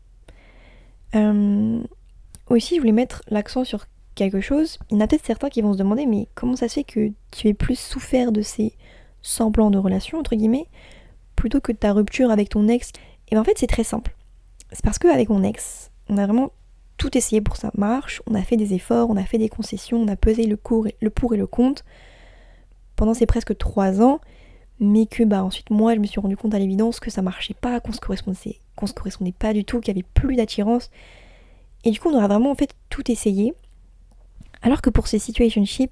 Aussi, je voulais mettre l'accent sur quelque chose. Il y en a peut-être certains qui vont se demander mais comment ça se fait que tu aies plus souffert de ces semblants de relations, entre guillemets, plutôt que de ta rupture avec ton ex. Et en fait, c'est très simple. C'est parce qu'avec mon ex, on a vraiment tout essayé pour que ça marche, on a fait des efforts, on a fait des concessions, on a pesé le pour et le contre pendant ces presque 3 ans, mais que ensuite moi je me suis rendu compte à l'évidence que ça marchait pas, qu'on se correspondait pas du tout, qu'il y avait plus d'attirance. Et du coup on aura vraiment en fait tout essayé. Alors que pour ces situationships,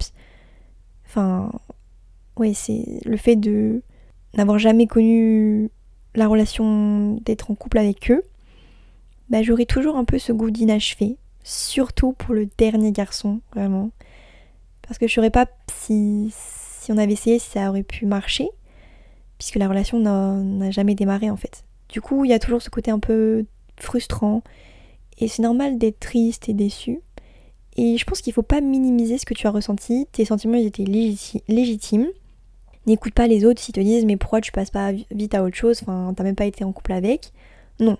c'est le fait de n'avoir jamais connu la relation d'être en couple avec eux, j'aurais toujours un peu ce goût d'inachevé, surtout pour le dernier garçon, vraiment. Parce que je ne saurais pas si on avait essayé, si ça aurait pu marcher, puisque la relation n'a jamais démarré en fait. Du coup, il y a toujours ce côté un peu frustrant, et c'est normal d'être triste et déçu. Et je pense qu'il ne faut pas minimiser ce que tu as ressenti, tes sentiments ils étaient légitimes. N'écoute pas les autres s'ils te disent mais pourquoi tu passes pas vite à autre chose, enfin t'as même pas été en couple avec. Non.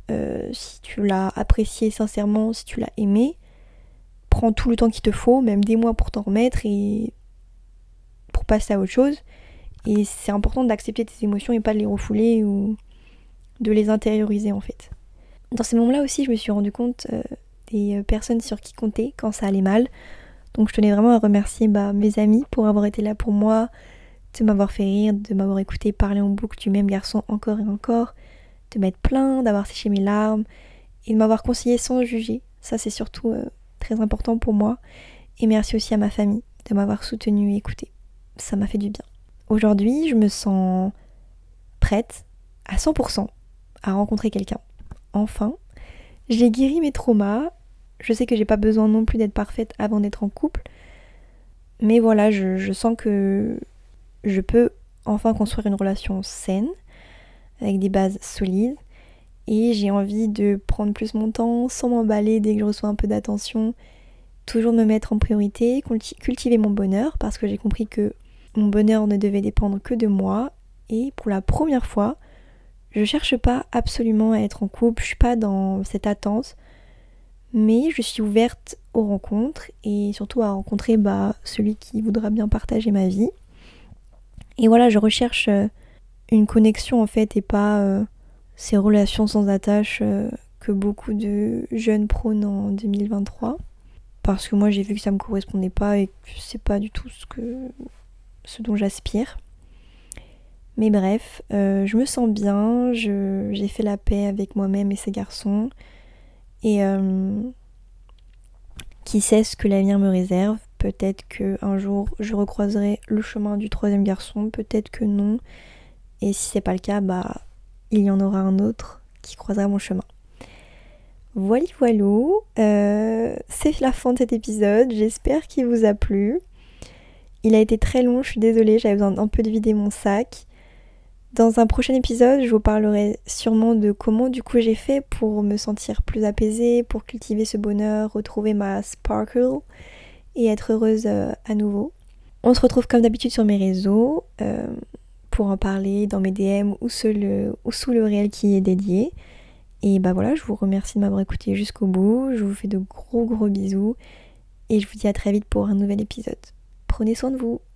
Si tu l'as apprécié sincèrement, si tu l'as aimé, prends tout le temps qu'il te faut, même des mois pour t'en remettre et pour passer à autre chose. Et c'est important d'accepter tes émotions et pas de les refouler ou de les intérioriser en fait. Dans ces moments-là aussi, je me suis rendu compte des personnes sur qui compter quand ça allait mal. Donc je tenais vraiment à remercier mes amis pour avoir été là pour moi, de m'avoir fait rire, de m'avoir écouté parler en boucle du même garçon encore et encore, de m'être plaint, d'avoir séché mes larmes et de m'avoir conseillé sans juger. Ça c'est surtout très important pour moi. Et merci aussi à ma famille de m'avoir soutenue et écoutée. Ça m'a fait du bien. Aujourd'hui, je me sens prête à 100% à rencontrer quelqu'un. Enfin, j'ai guéri mes traumas. Je sais que j'ai pas besoin non plus d'être parfaite avant d'être en couple. Mais voilà, je sens que je peux enfin construire une relation saine, avec des bases solides. Et j'ai envie de prendre plus mon temps, sans m'emballer dès que je reçois un peu d'attention. Toujours me mettre en priorité, cultiver mon bonheur, parce que j'ai compris que mon bonheur ne devait dépendre que de moi. Et pour la première fois, je cherche pas absolument à être en couple, je suis pas dans cette attente. Mais je suis ouverte aux rencontres et surtout à rencontrer celui qui voudra bien partager ma vie. Et voilà, je recherche une connexion en fait et pas ces relations sans attache que beaucoup de jeunes prônent en 2023. Parce que moi j'ai vu que ça me correspondait pas et que c'est pas du tout ce dont j'aspire. Mais bref, je me sens bien, j'ai fait la paix avec moi-même et ces garçons. Et qui sait ce que l'avenir me réserve. Peut-être qu'un jour je recroiserai le chemin du troisième garçon, peut-être que non. Et si c'est pas le cas, il y en aura un autre qui croisera mon chemin. Voilà, c'est la fin de cet épisode, j'espère qu'il vous a plu. Il a été très long, je suis désolée, j'avais besoin d'un peu de vider mon sac. Dans un prochain épisode, je vous parlerai sûrement de comment du coup j'ai fait pour me sentir plus apaisée, pour cultiver ce bonheur, retrouver ma sparkle et être heureuse à nouveau. On se retrouve comme d'habitude sur mes réseaux pour en parler dans mes DM ou sous le réel qui est dédié. Et voilà, je vous remercie de m'avoir écouté jusqu'au bout, je vous fais de gros bisous et je vous dis à très vite pour un nouvel épisode. Prenez soin de vous.